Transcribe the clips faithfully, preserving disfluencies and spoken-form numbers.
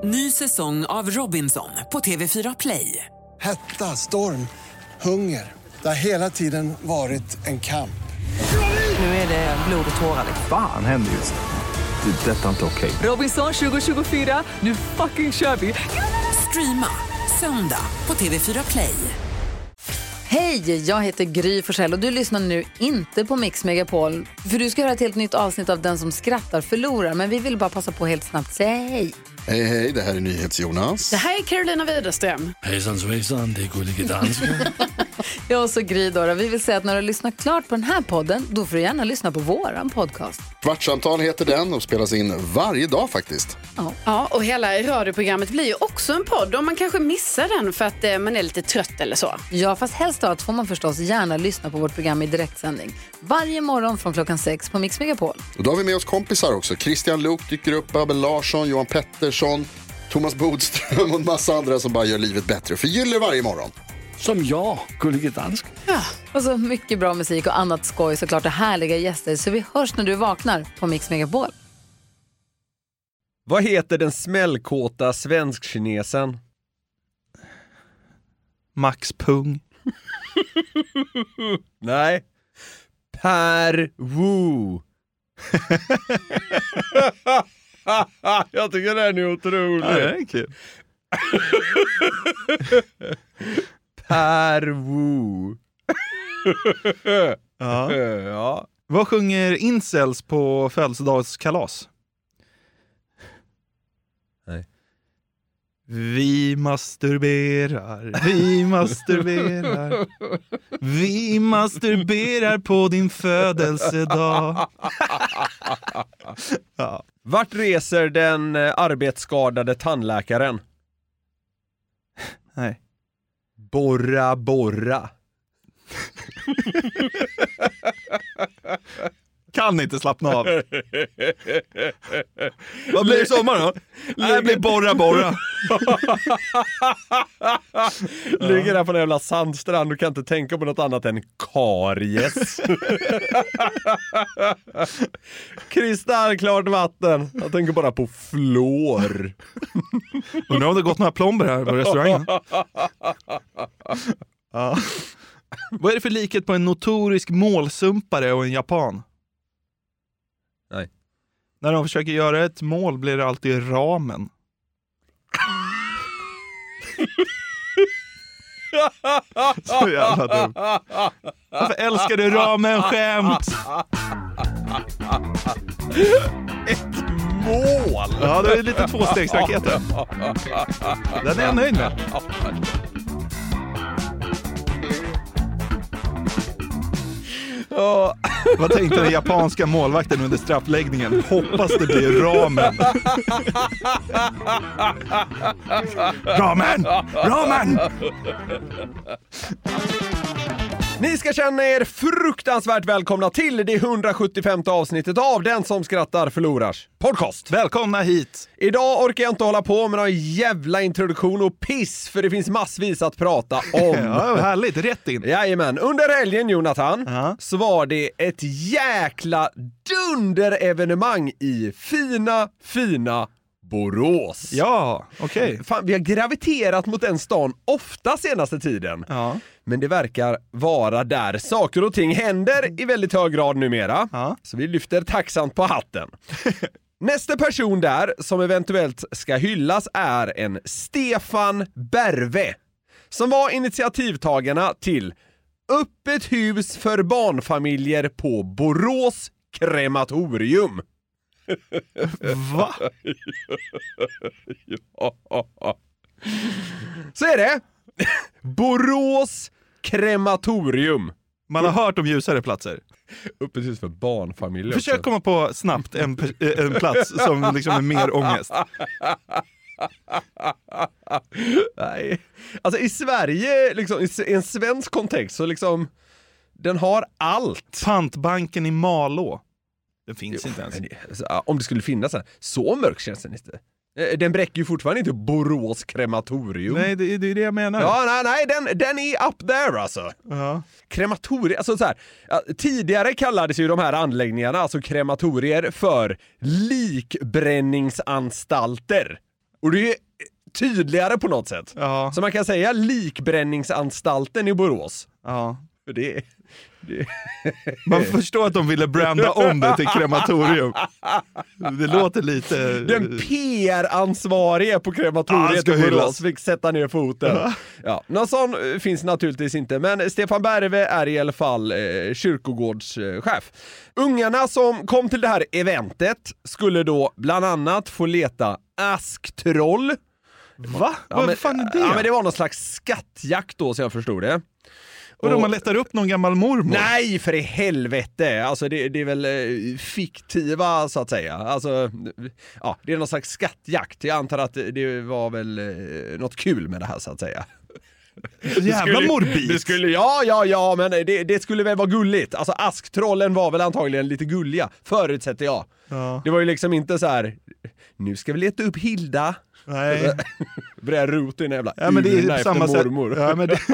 Ny säsong av Robinson på T V fyra Play. Hetta, storm, hunger. Det har hela tiden varit en kamp. Nu är det blod och tårar. Fan händer just det. Det är detta inte okej. Robinson tjugo tjugofyra, nu fucking kör vi. Streama söndag på T V fyra Play. Hej, jag heter Gry Forssell och du lyssnar nu inte på Mix Megapol. För du ska höra ett helt nytt avsnitt av Den som skrattar förlorar. Men vi vill bara passa på helt snabbt. Säg hej. Hej, hej, det här är NyhetsJonas. Det här är Carolina Widerström. Hejsan svejsan, det är Gullige Dansken. Jag och så Gry då. Vi vill säga att när du lyssnar klart på den här podden, då får du gärna lyssna på våran podcast. Kvartsamtal heter den och spelas in varje dag faktiskt. Ja. Ja, och hela radioprogrammet blir ju också en podd. Och man kanske missar den för att eh, man är lite trött eller så. Ja, fast helst av allt får man förstås gärna lyssna på vårt program i direktsändning. Varje morgon från klockan sex på Mix Megapol. Och då har vi med oss kompisar också. Christian Luuk dyker upp, Abel Larsson, Johan Pettersson, Thomas Bodström och en massa andra som bara gör livet bättre. Förgyller varje morgon. Som jag, Gullige Dansken. Ja, och så mycket bra musik och annat skoj, såklart, och härliga gäster. Så vi hörs när du vaknar på Mix Megapol. Vad heter den smällkåta svensk-kinesen? Max Pung. Nej. Per Wu. Jag tycker den är otrolig. Ja, det är kul. Per Wu. Ja. Ja. Vad sjunger incels på födelsedagskalas? Nej. Vi masturberar, vi masturberar, vi masturberar på din födelsedag. Ja. Vart reser den eh, arbetsskadade tandläkaren? Nej. Borra, borra. Kan inte slappna av. Vad blir det i sommar då? Nej, det blir borra, borra. Ligger där på en jävla sandstrand och kan inte tänka på något annat än karies. Kristallklart vatten. Jag tänker bara på flår. Undrar om det gått några plomber här på restaurangen. Ja. Vad är det för likhet på en notorisk målsumpare och en japan? Nej. När de försöker göra ett mål blir det alltid ramen. Så jävla dumt. Varför älskar du ramen-skämt? Ett mål! Ja, det är lite tvåstegsraketen. Den är jag nöjd med. Ja. Vad tänkte den japanska målvakten under straffläggningen? Hoppas det blir ramen. Ramen! Ramen! Ni ska känna er fruktansvärt välkomna till det hundrasjuttiofemte avsnittet av Den som skrattar förlorars podcast. Välkomna hit. Idag orkar jag inte hålla på med någon jävla introduktion och piss, för det finns massvis att prata om. Ja, härligt, rätt in. Jajamän, under helgen, Jonathan, Ja. så var det ett jäkla dunderevenemang i fina, fina Borås. Ja, okej. Okay. Fan, vi har graviterat mot den stan ofta senaste tiden. Ja. Men det verkar vara där saker och ting händer i väldigt hög grad numera. Ja. Så vi lyfter tacksamt på hatten. Nästa person där som eventuellt ska hyllas är en Stefan Berve, som var initiativtagarna till Öppet hus för barnfamiljer på Borås krematorium. Va? Ja. Så är det. Borås krematorium. Man har hört om ljusare platser. Öppet hus för barnfamiljer. Försök också. komma på snabbt en, en plats som liksom är mer ångest. Nej. Alltså i Sverige, liksom, i en svensk kontext, så liksom den har allt. Pantbanken i Malå. Den finns Jo, inte ens. Men, om det skulle finnas en, så mörk känns den inte. Den bräcker ju fortfarande inte Borås krematorium. Nej, det, det är det jag menar. Ja, nej, nej den, den är up there alltså. Ja. Krematorier, alltså så här, tidigare kallades ju de här anläggningarna, alltså krematorier, för likbränningsanstalter. Och det är tydligare på något sätt. Ja. Så man kan säga likbränningsanstalten i Borås. Ja. För det, det... Man förstår att de ville branda om det till krematorium. Det låter lite... Den P R-ansvarige på krematoriet ah, i Borås fick sätta ner foten. Ja. Ja, någon sån finns naturligtvis inte, men Stefan Berve är i alla fall eh, kyrkogårdschef. Ungarna som kom till det här eventet skulle då bland annat få leta asktroll. Va? Ja, Vad men, fan är det? Ja, men det var någon slags skattjakt då, så jag förstod det. Och då man letar upp någon gammal mormor? Nej, för i helvete. Alltså det, det är väl eh, fiktiva så att säga. Alltså, ja, det är någon slags skattjakt. Jag antar att det var väl eh, något kul med det här så att säga. Jävla morbid. Det skulle, ja, ja, ja, men det, det skulle väl vara gulligt. Alltså asktrollen var väl antagligen lite gulliga, förutsätter jag. Ja. Det var ju liksom inte så här, nu ska vi leta upp Hilda. Nej. Börjar rota i en jävla ja, men det är på samma mormor. Sätt. Ja, men det...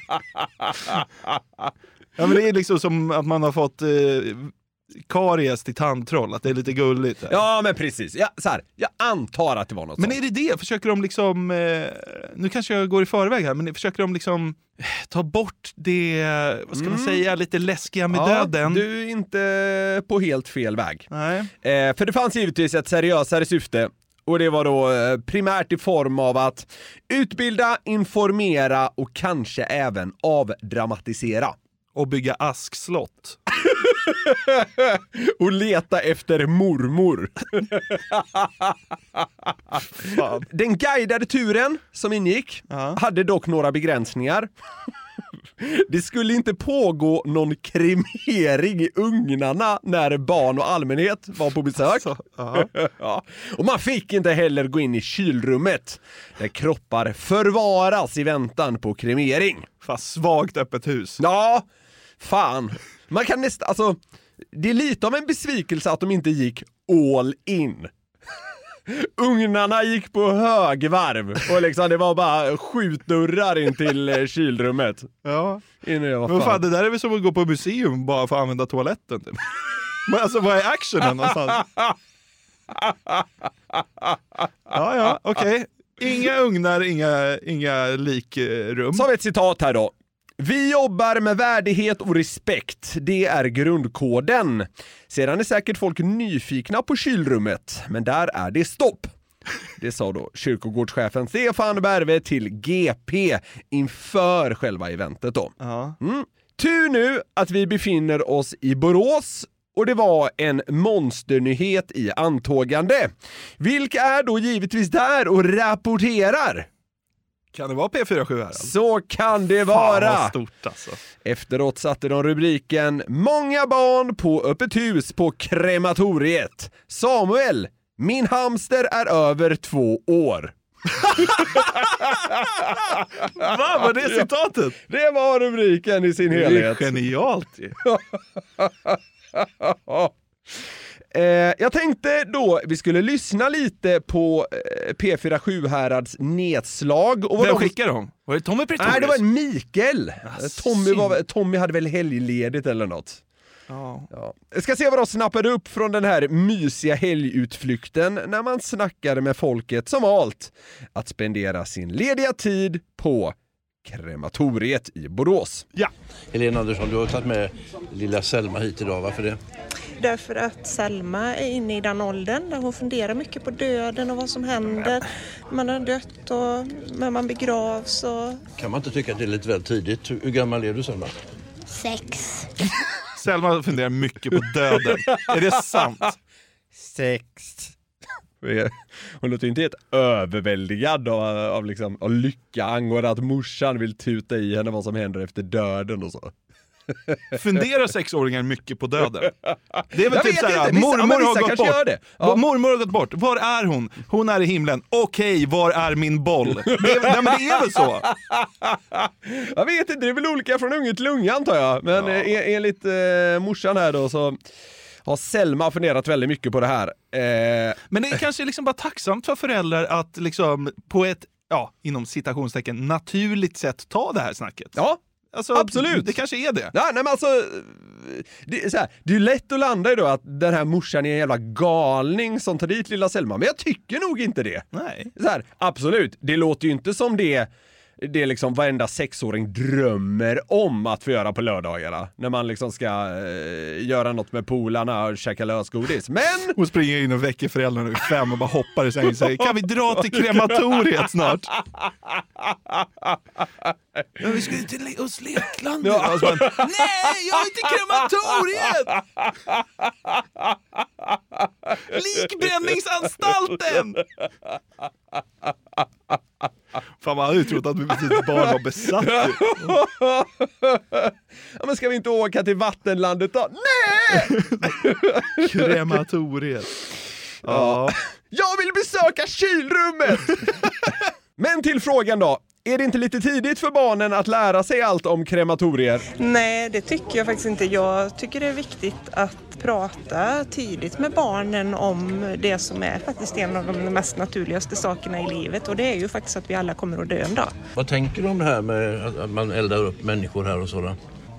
ja, men det är liksom som att man har fått eh, karies till tandtroll, att det är lite gulligt. Här. Ja, men precis. Ja, så här, jag antar att det var något Men sånt. är det det? Försöker de liksom, eh, nu kanske jag går i förväg här, men försöker de liksom ta bort det, vad ska mm. man säga, lite läskiga med ja, döden? Du är inte på helt fel väg. Nej. Eh, för det fanns givetvis ett seriösare syfte. Och det var då eh, primärt i form av att utbilda, informera och kanske även avdramatisera. Och bygga askslott. Och leta efter mormor. Fan. Den guidade turen som ingick ja. hade dock några begränsningar. Det skulle inte pågå någon kremering i ugnarna när barn och allmänhet var på besök. Alltså, ja. Och man fick inte heller gå in i kylrummet där kroppar förvaras i väntan på kremering. Fast svagt öppet hus. Ja, fan. Man kan nästan, alltså, det är lite av en besvikelse att de inte gick all in. Ugnarna gick på högvarv och liksom det var bara skjutdörrar in till kylrummet. Ja. Innan jag var men fan. fan, det där är väl som att gå på museum bara för att använda toaletten. Typ. Men alltså, vad är actionen någonstans? Ja, ja, okej. Okay. Inga ugnar, inga, inga likrum. Så har vi ett citat här då. Vi jobbar med värdighet och respekt. Det är grundkoden. Sedan är säkert folk nyfikna på kylrummet, men där är det stopp. Det sa då kyrkogårdschefen Stefan Berve till G P inför själva eventet då. Ja. Mm. Tur nu att vi befinner oss i Borås och det var en monsternyhet i antågande. Vilka är då givetvis där och rapporterar? Kan det vara P fyra sju här? Alltså? Så kan det vara. Fan vad stort alltså. Efteråt satte de rubriken Många barn på öppet hus på krematoriet. Samuel, min hamster är över två år. Vad var det citatet? Det var rubriken i sin helhet. Det är genialt ju. Eh, jag tänkte då vi skulle lyssna lite på eh, P fyra sju Härads nedslag. Och vad Vem de... skickade de? Var det Tommy Pretorius? Nej, det var en Mikael. Ja, Tommy, var, Tommy hade väl helgledigt eller något. Ja. Ja. Jag ska se vad de snappade upp från den här mysiga helgutflykten när man snackade med folket som valt att spendera sin lediga tid på krematoriet i Borås. Ja. Helena Andersson, du har tagit med lilla Selma hit idag. Varför det? Därför att Selma är inne i den åldern där hon funderar mycket på döden och vad som händer. Man har dött och när man begravs. Och... Kan man inte tycka att det är lite väl tidigt? Hur gammal är du, Selma? Sex. Selma funderar mycket på döden. Är det sant? Sex. Hon låter inte helt överväldigad av, av, liksom, av lycka angående att morsan vill tuta i henne vad som händer efter döden och så. Funderar sexåringar mycket på döden? Det är väl jag typ såhär, mormor har gått bort. Det. Ja. Mormor har gått bort. Var är hon? Hon är i himlen. Okej, var är min boll? Det är, nej, men det är väl så? Jag vet inte, det är väl olika från unge till unge antar jag. Men ja. en, enligt eh, morsan här då så har Selma funderat väldigt mycket på det här. Eh... Men det är kanske liksom bara tacksamt för föräldrar att liksom på ett, ja, inom citationstecken, naturligt sätt ta det här snacket. Ja. Alltså, absolut. Det kanske är det. Ja, nej, men alltså, det är, så här, det är ju lätt att landa i då att den här morsan är en jävla galning som tar dit lilla Selma. Men jag tycker nog inte det. Nej. Så här, absolut, det låter ju inte som det det är liksom varenda sexåring drömmer om att få göra på lördagarna. När man liksom ska eh, göra något med polarna och käka lösgodis. Men... Hon springer in och väcker föräldrarna vid fem och bara hoppar i sängen och säger, kan vi dra till krematoriet snart? Ja, vi ska ju till oss Lekland. Ja. Bara, nej, jag vill till krematoriet! Likbränningsanstalten! Fan, man hade ju trott att mitt barn var besatt. Ja, men ska vi inte åka till vattenlandet då? Nej! Krematoriet. Ja. Jag vill besöka kylrummet! Men till frågan då. Är det inte lite tidigt för barnen att lära sig allt om krematorier? Nej, det tycker jag faktiskt inte. Jag tycker det är viktigt att prata tidigt med barnen om det som är faktiskt en av de mest naturligaste sakerna i livet. Och det är ju faktiskt att vi alla kommer att dö en dag. Vad tänker du om det här med att man eldar upp människor här och sådär?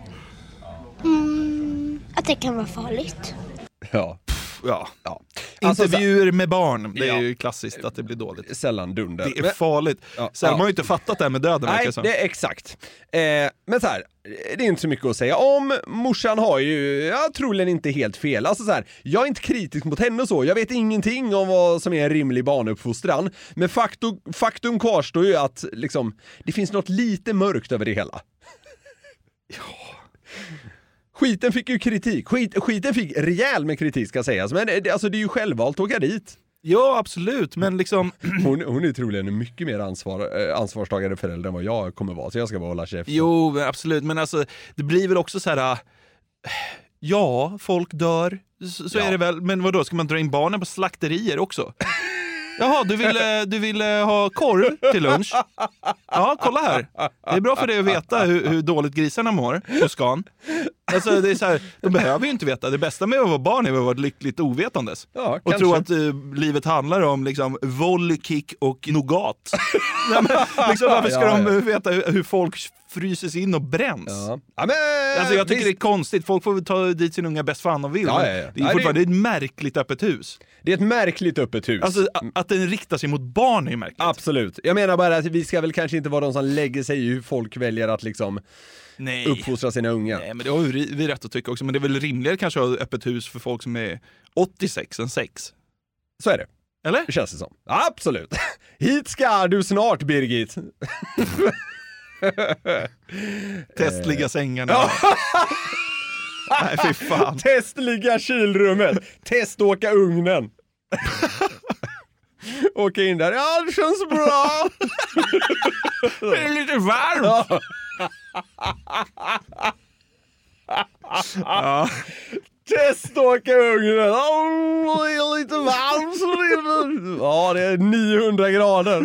Mm, att det kan vara farligt. Ja. Ja. ja. Intervjuer alltså, med barn, det är ja. ju klassiskt att det blir dåligt. Sällan dunder. Det är farligt. Ja. Selma ja. har ju inte fattat det här med döden. Nej, det är exakt. Eh, men så här, det är inte så mycket att säga om. Morsan har ju ja, troligen inte helt fel. Alltså så här, jag är inte kritisk mot henne och så. Jag vet ingenting om vad som är en rimlig barnuppfostran. Men faktum, faktum kvarstår ju att liksom, det finns något lite mörkt över det hela. Ja... Skiten fick ju kritik. Skit, skiten fick rejäl med kritik ska sägas. Men det, alltså, det är ju självvalt att åka dit. Ja, absolut. Men liksom... hon, hon är troligen en mycket mer ansvar, eh, ansvarstagande förälder än vad jag kommer vara. Så jag ska bara hålla käft. Jo, absolut. Men alltså, det blir väl också så här... Äh, ja, folk dör. Så, så ja. är det väl. Men vad då ska man dra in barnen på slakterier också? Jaha, du vill, du vill ha korv till lunch? Ja, kolla här. Det är bra för dig att veta hur, hur dåligt grisarna mår på skan. Alltså, det är så här, de behöver ju inte veta. Det bästa med att vara barn är att vara lyckligt ovetandes. Ja, och tro att uh, livet handlar om liksom, volleykick och nougat. Ja, men, liksom, varför ska ja, ja. de veta hur, hur folk fryses in och bränns? Ja. Ja, men, alltså, jag tycker visst. det är konstigt. Folk får ta dit sin unga bäst fan och vill. Ja, ja, ja. Det är fortfarande det är ett märkligt öppet hus. Det är ett märkligt öppet hus. Alltså, att den riktar sig mot barn är märkligt. Absolut. Jag menar bara att vi ska väl kanske inte vara de som lägger sig i hur folk väljer att liksom Nej. uppfostra sina unga. Nej, men det har vi, vi rätt att tycka också. Men det är väl rimligare kanske att ha öppet hus för folk som är åttiosex än sex. Så är det. Eller? Det känns det som. Absolut. Hit ska du snart, Birgit. Testliga sängarna. Nej, fy fan. Testliga kylrummet. Teståka ugnen. Åka in där. Ja, det känns bra. Det är lite varmt. Ja. Ja. Teståka ugnen. Oh, det är lite varmt. Ja, det är niohundra grader.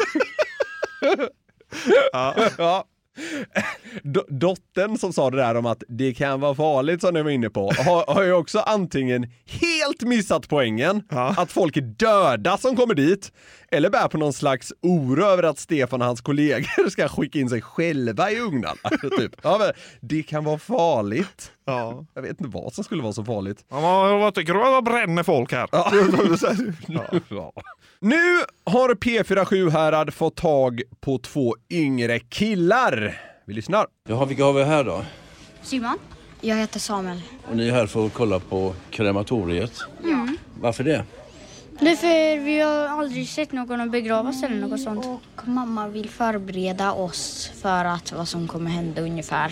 Ja. Ja. D- dottern som sa det där om att det kan vara farligt som ni var inne på har, har ju också antingen helt missat poängen ja. att folk är döda som kommer dit eller bär på någon slags oro över att Stefan och hans kollegor ska skicka in sig själva i ugnen. Typ. Ja, men det kan vara farligt. Ja. Jag vet inte vad som skulle vara så farligt. Ja, vad tycker du att bränner folk här? Ja. Ja. Ja. Nu har P fyrtiosju Härad fått tag på två yngre killar. Vi lyssnar. Jaha, vilka har vi här då? Simon. Jag heter Samuel. Och ni är här för att kolla på krematoriet? Mm. Varför det? Det är för vi har aldrig sett någon begravas eller något sånt. Och mamma vill förbereda oss för att vad som kommer hända ungefär.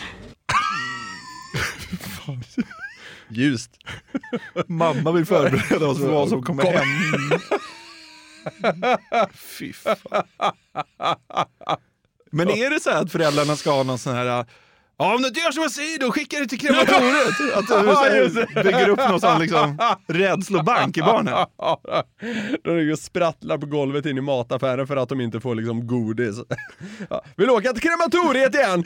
Just. Mamma vill förbereda oss för vad som kommer hända. Fy fan. Men är det så här att föräldrarna ska ha någon sån här ja, om du inte gör som jag säger då skickar du till krematoriet. Att du här, bygger upp någon sån liksom rädslobank i barnen. De ligger och sprattlar på golvet in i mataffären för att de inte får liksom godis. Ja, vill åka till krematoriet igen.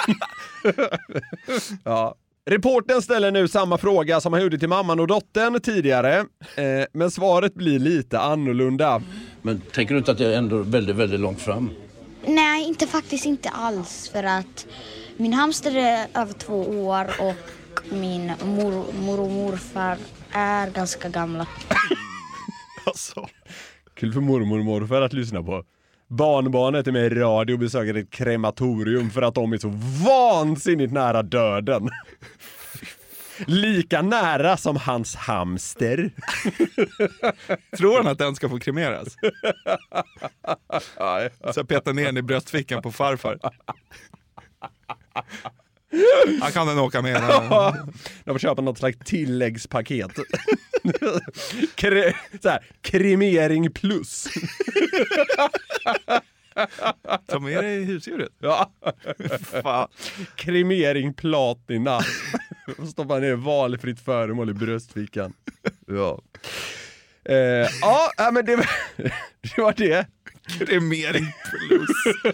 Ja. Reporten ställer nu samma fråga som han gjorde till mamman och dottern tidigare. Eh, men svaret blir lite annorlunda. Men tänker du inte att det är ändå väldigt, väldigt långt fram? Nej, inte faktiskt inte alls. För att Min hamster är över två år och min mor, mor och morfar är ganska gamla. Alltså. Kul för mormor och morfar att lyssna på. Barnbarnet är med i radio och besöker ett krematorium för att de är så vansinnigt nära döden. Lika nära som hans hamster. Tror han att den ska få kremeras? Så petar ner den i bröstfickan på farfar. Han kan den åka med. De får köpa något slags tilläggspaket. Kre- så här, kremering plus. Ta med det i husdjuret. Ja. Fan. Kremering platina. Stoppa ner valfritt föremål i bröstfickan. Ja. Eh, ja, men det var det. Var det. Kremering plus.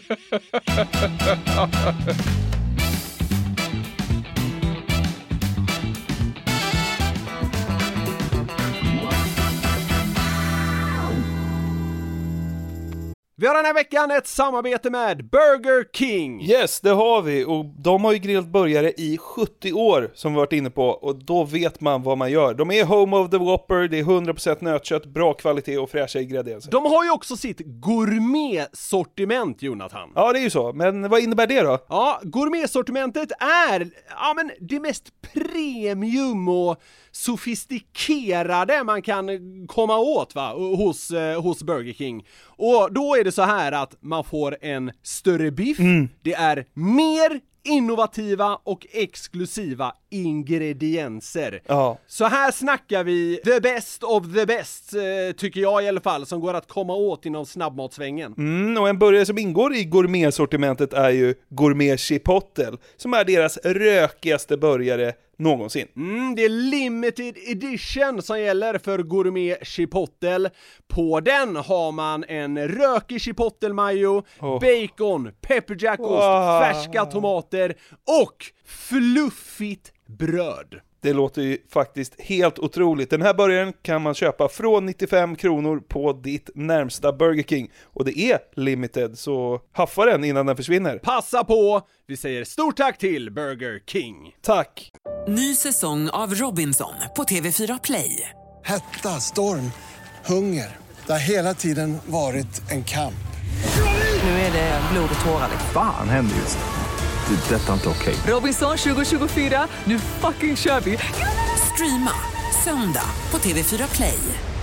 Vi har den här veckan ett samarbete med Burger King. Yes, det har vi. Och de har ju grillat burgare i sjuttio år som vi varit inne på. Och då vet man vad man gör. De är home of the Whopper, det är hundra procent nötkött, bra kvalitet och fräscha ingredienser. De har ju också sitt gourmetsortiment, Jonathan. Ja, det är ju så. Men vad innebär det då? Ja, gourmetsortimentet är ja, men det mest premium och sofistikerade man kan komma åt va? Hos, eh, hos Burger King. Och då är det så här att man får en större biff, mm. det är mer innovativa och exklusiva ingredienser. Ja. Så här snackar vi the best of the best, eh, tycker jag i alla fall, som går att komma åt inom snabbmatsvängen. Mm, och en burgare som ingår i gourmetsortimentet är ju Gourmet Chipotle, som är deras rökigaste burgare någonsin. Mm, det är limited edition som gäller för Gourmet Chipotle. På den har man en rökig chipotle mayo, oh. bacon, pepperjackost, wow. färska tomater och fluffigt bröd. Det låter ju faktiskt helt otroligt. Den här burgaren kan man köpa från nittiofem kronor på ditt närmsta Burger King. Och det är limited, så haffa den innan den försvinner. Passa på! Vi säger stort tack till Burger King. Tack! Ny säsong av Robinson på T V fyra Play. Hetta, storm, hunger. Det har hela tiden varit en kamp. Nu är det blod och tårar. Fan händer just det. Det är detta inte okej. Okay. Robinson tjugo tjugofyra, nu fucking kör vi. Streama söndag på T V fyra Play.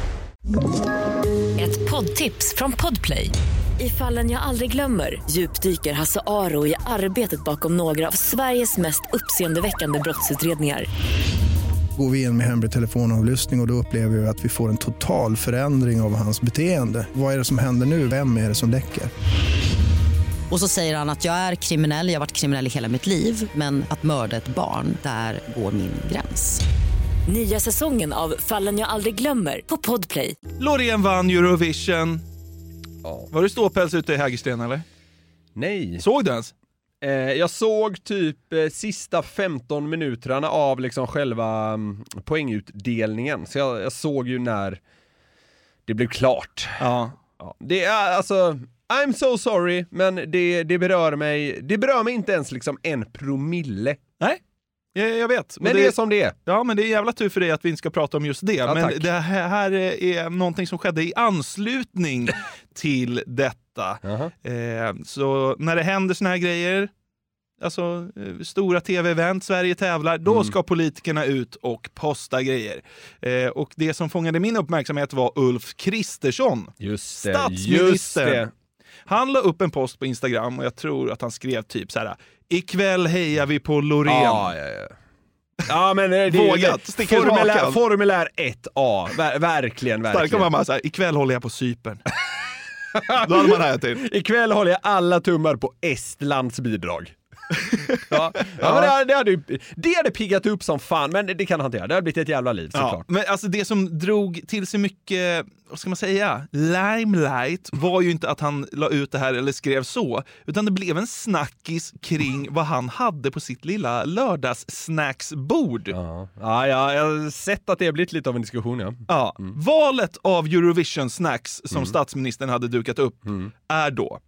Ett poddtips från Podplay. I Fallen jag aldrig glömmer djupdyker Hasse Aro i arbetet bakom några av Sveriges mest uppseendeväckande brottsutredningar. Går vi in med hemlig telefonavlyssning och, och då upplever vi att vi får en total förändring av hans beteende. Vad är det som händer nu? Vem är det som läcker? Och så säger han att jag är kriminell, jag har varit kriminell i hela mitt liv. Men att mörda ett barn, där går min gräns. Nya säsongen av Fallen jag aldrig glömmer på Podplay. Loreen vann Eurovision. Ja. Var du ståpäls ute i Hägersten eller? Nej. Såg du ens? Eh, jag såg typ eh, sista femton minuterna av liksom själva um, poängutdelningen. Så jag, jag såg ju när det blev klart. Ja. Ja. Det är alltså... I'm so sorry, men det, det berör mig. Det berör mig inte ens liksom en promille. Nej, jag, jag vet. Men det, det är som det är. Ja, men det är jävla tur för dig att vi inte ska prata om just det. Ja, men tack. det här är någonting som skedde i anslutning till detta. Uh-huh. Eh, så när det händer såna här grejer, alltså stora tv-event, Sverige tävlar, då mm. ska politikerna ut och posta grejer. Eh, och det som fångade min uppmärksamhet var Ulf Kristersson. Just det, statsministern. just det. Han la upp en post på Instagram och jag tror att han skrev typ så här: ikväll hejar vi på Loreen. Ja, ja, ja. Ja, men det är vågat, formulär, formulär ett A, Ver, verkligen, verkligen. Starka mamma så här: ikväll håller jag på Cypern. Då hade man här till. Ikväll håller jag alla tummar på Estlands bidrag. ja, ja, ja. Men det, hade, det, hade, det hade piggat upp som fan, men det kan han inte göra. Det hade blivit ett jävla liv, såklart. Ja, men alltså det som drog till sig mycket, vad ska man säga, limelight var ju inte att han la ut det här eller skrev så, utan det blev en snackis kring vad han hade på sitt lilla lördagssnacksbord. Ja, ja, ja jag har sett att det har blivit lite av en diskussion, ja. Ja, mm. Valet av Eurovision snacks som mm. statsministern hade dukat upp mm. är då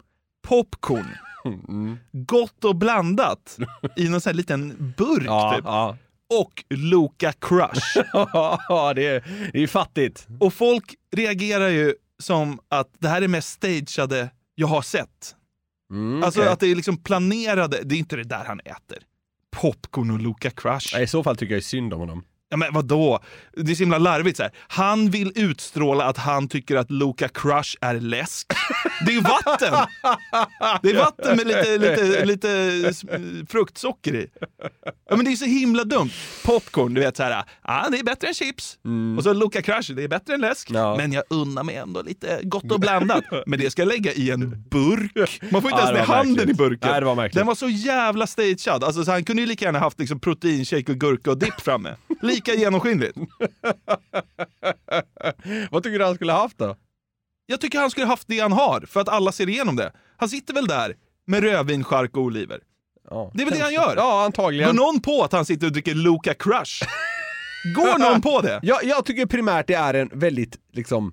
popcorn. Mm. Gott och blandat i någon sån här liten burk Ja, typ. ja. Och Loka Crush. Ja, det är, det är fattigt. Och folk reagerar ju som att det här är mest stageade jag har sett. Mm, alltså okej. att det är liksom planerade, det är inte det där han äter. Popcorn och Loka Crush. Nej, i så fall tycker jag synd om honom. Ja men vadå? Det är så himla larvigt så här. Han vill utstråla att han tycker att Loka Crush är läsk. Det är ju vatten! Det är vatten med lite, lite, lite fruktsocker i. Ja men det är så himla dumt. Popcorn, du vet så här. Ah, det är bättre än chips. Mm. Och så Loka Crush, det är bättre än läsk. Ja. Men jag unnar mig ändå lite gott och blandat. Men det ska jag lägga i en burk. Man får inte Ja, ens det med var handen märkligt. i burken. Nej, det var märkligt. Den var så jävla stagead. Alltså, så han kunde ju lika gärna haft liksom, proteinshake och gurka och dipp framme. Lika genomskinligt. Vad tycker du han skulle ha haft då? Jag tycker han skulle haft det han har, för att alla ser igenom det. Han sitter väl där med rödvin, chark och oliver. Ja, det är väl det han gör? Ja, antagligen. Går någon på att han sitter och dricker Loka Crush? Går någon på det? Jag, jag tycker primärt det är en väldigt liksom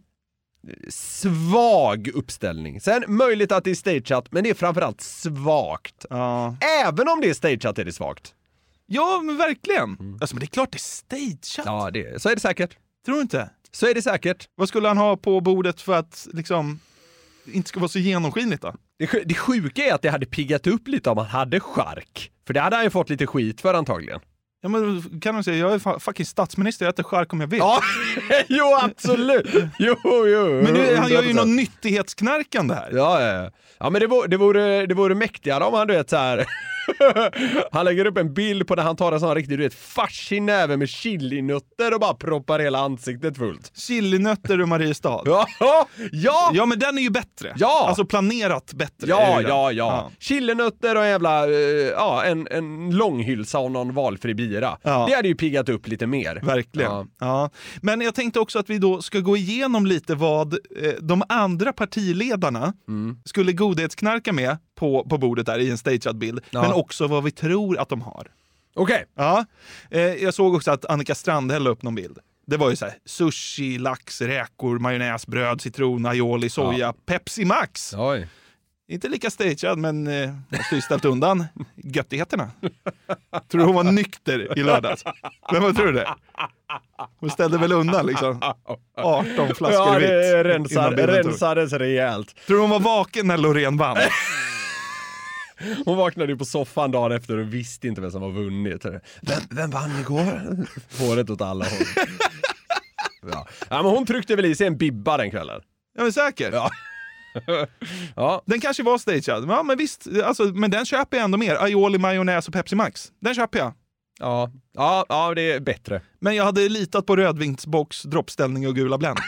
svag uppställning. Sen möjligt att det är stageat, men det är framförallt svagt. Ja. Även om det är stageat är det svagt. Ja, men verkligen. Mm. Alltså, men det är klart det är stageat. Ja, det, så är det säkert. Tror du inte? Så är det säkert. Vad skulle han ha på bordet för att liksom inte ska vara så genomskinligt då? Det, det sjuka är att det hade piggat upp lite om han hade chark. För det hade han ju fått lite skit för antagligen. Ja, men kan man säga, jag är fucking statsminister, jag äter chark om jag vill. Ja, jo absolut. Jo, jo. Men nu, han gör ju någon nyttighetsknarkande här. Ja, ja, ja. Ja, men det vore, det vore, det vore mäktigare om han, du vet, så här. Han lägger upp en bild på när han tar en sån riktig, du vet, fars i näven med chilinötter och bara proppar hela ansiktet fullt. Chilinötter och Mariestad. Ja, ja. Ja, men den är ju bättre. Ja. Alltså planerat bättre. Ja, är det ja, ja, ja. Chilinötter och en jävla, uh, ja, en, en långhylsa och någon valfri bira. Ja. Det hade ju piggat upp lite mer. Verkligen. Ja. Ja. Men jag tänkte också att vi då ska gå igenom lite vad eh, de andra partiledarna Mm. skulle godhetsknarka med på, på bordet där i en stagead bild. Ja. Men också vad vi tror att de har. Okej. Okay. Ja. Eh, jag såg också att Annika Strandhäll la upp någon bild. Det var ju så här: sushi, lax, räkor, majonnäs, bröd, citron, aioli, soja, ja. Pepsi Max. Oj. Inte lika stagead, men eh, måste ju ställt undan göttigheterna. Tror du hon var nykter i lördags? Men vad tror du det? Hon ställde väl undan liksom arton flaskor ja, vitt. Ja, det rensar, rensades rejält. Tror du hon var vaken när Loreen vann? Hon vaknade ju på soffan dagen efter och visste inte vem som var vunnit. Vem, vem vann igår? Håret åt alla håll. Ja. Ja, men hon tryckte väl i sig en bibba den kvällen. Ja, men säkert. Ja. Ja. Den kanske var stagead. Ja, men visst. Alltså, men den köper jag ändå mer. Aioli, majonnäs och Pepsi Max. Den köper jag. Ja. Ja, ja, det är bättre. Men jag hade litat på rödvinsbox, droppställning och gula Blend.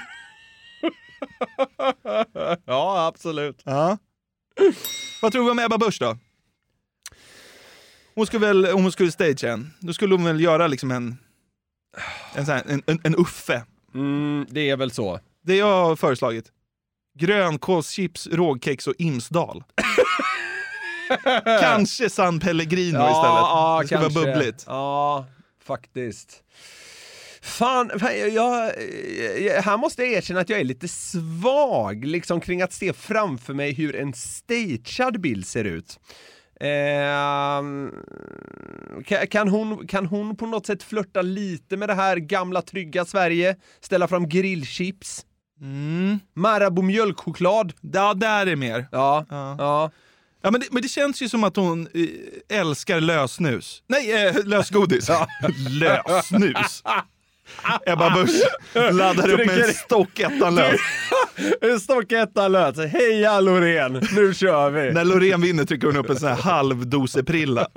Ja, absolut. Ja. Vad tror vi om Ebba Busch då? Hon skulle väl, om hon skulle stage en, då skulle hon väl göra liksom en en, sån här, en, en, en uffe. Mm, det är väl så. Det jag har föreslagit. Grönkålschips, rågkex och Imsdal. Kanske San Pellegrino ja, istället. Ja, det ska kanske. vara bubbligt. Ja, faktiskt. Fan, jag, jag, här måste jag erkänna att jag är lite svag liksom kring att se framför mig hur en stagead bild ser ut. Eh, kan, hon, kan hon på något sätt flirta lite med det här gamla trygga Sverige? Ställa fram grillchips? Mm. Marabou mjölkchoklad? Ja, där är mer. Ja, ja. ja. Ja, men det, men det känns ju som att hon eh, älskar lösnus. Nej, eh, lösgodis. Lösnus. Ebba Busch laddar upp med en stockettan-lös. En stockettan-lös. Heja Loreen, nu kör vi. När Loreen vinner trycker hon upp en sån här halvdoseprilla.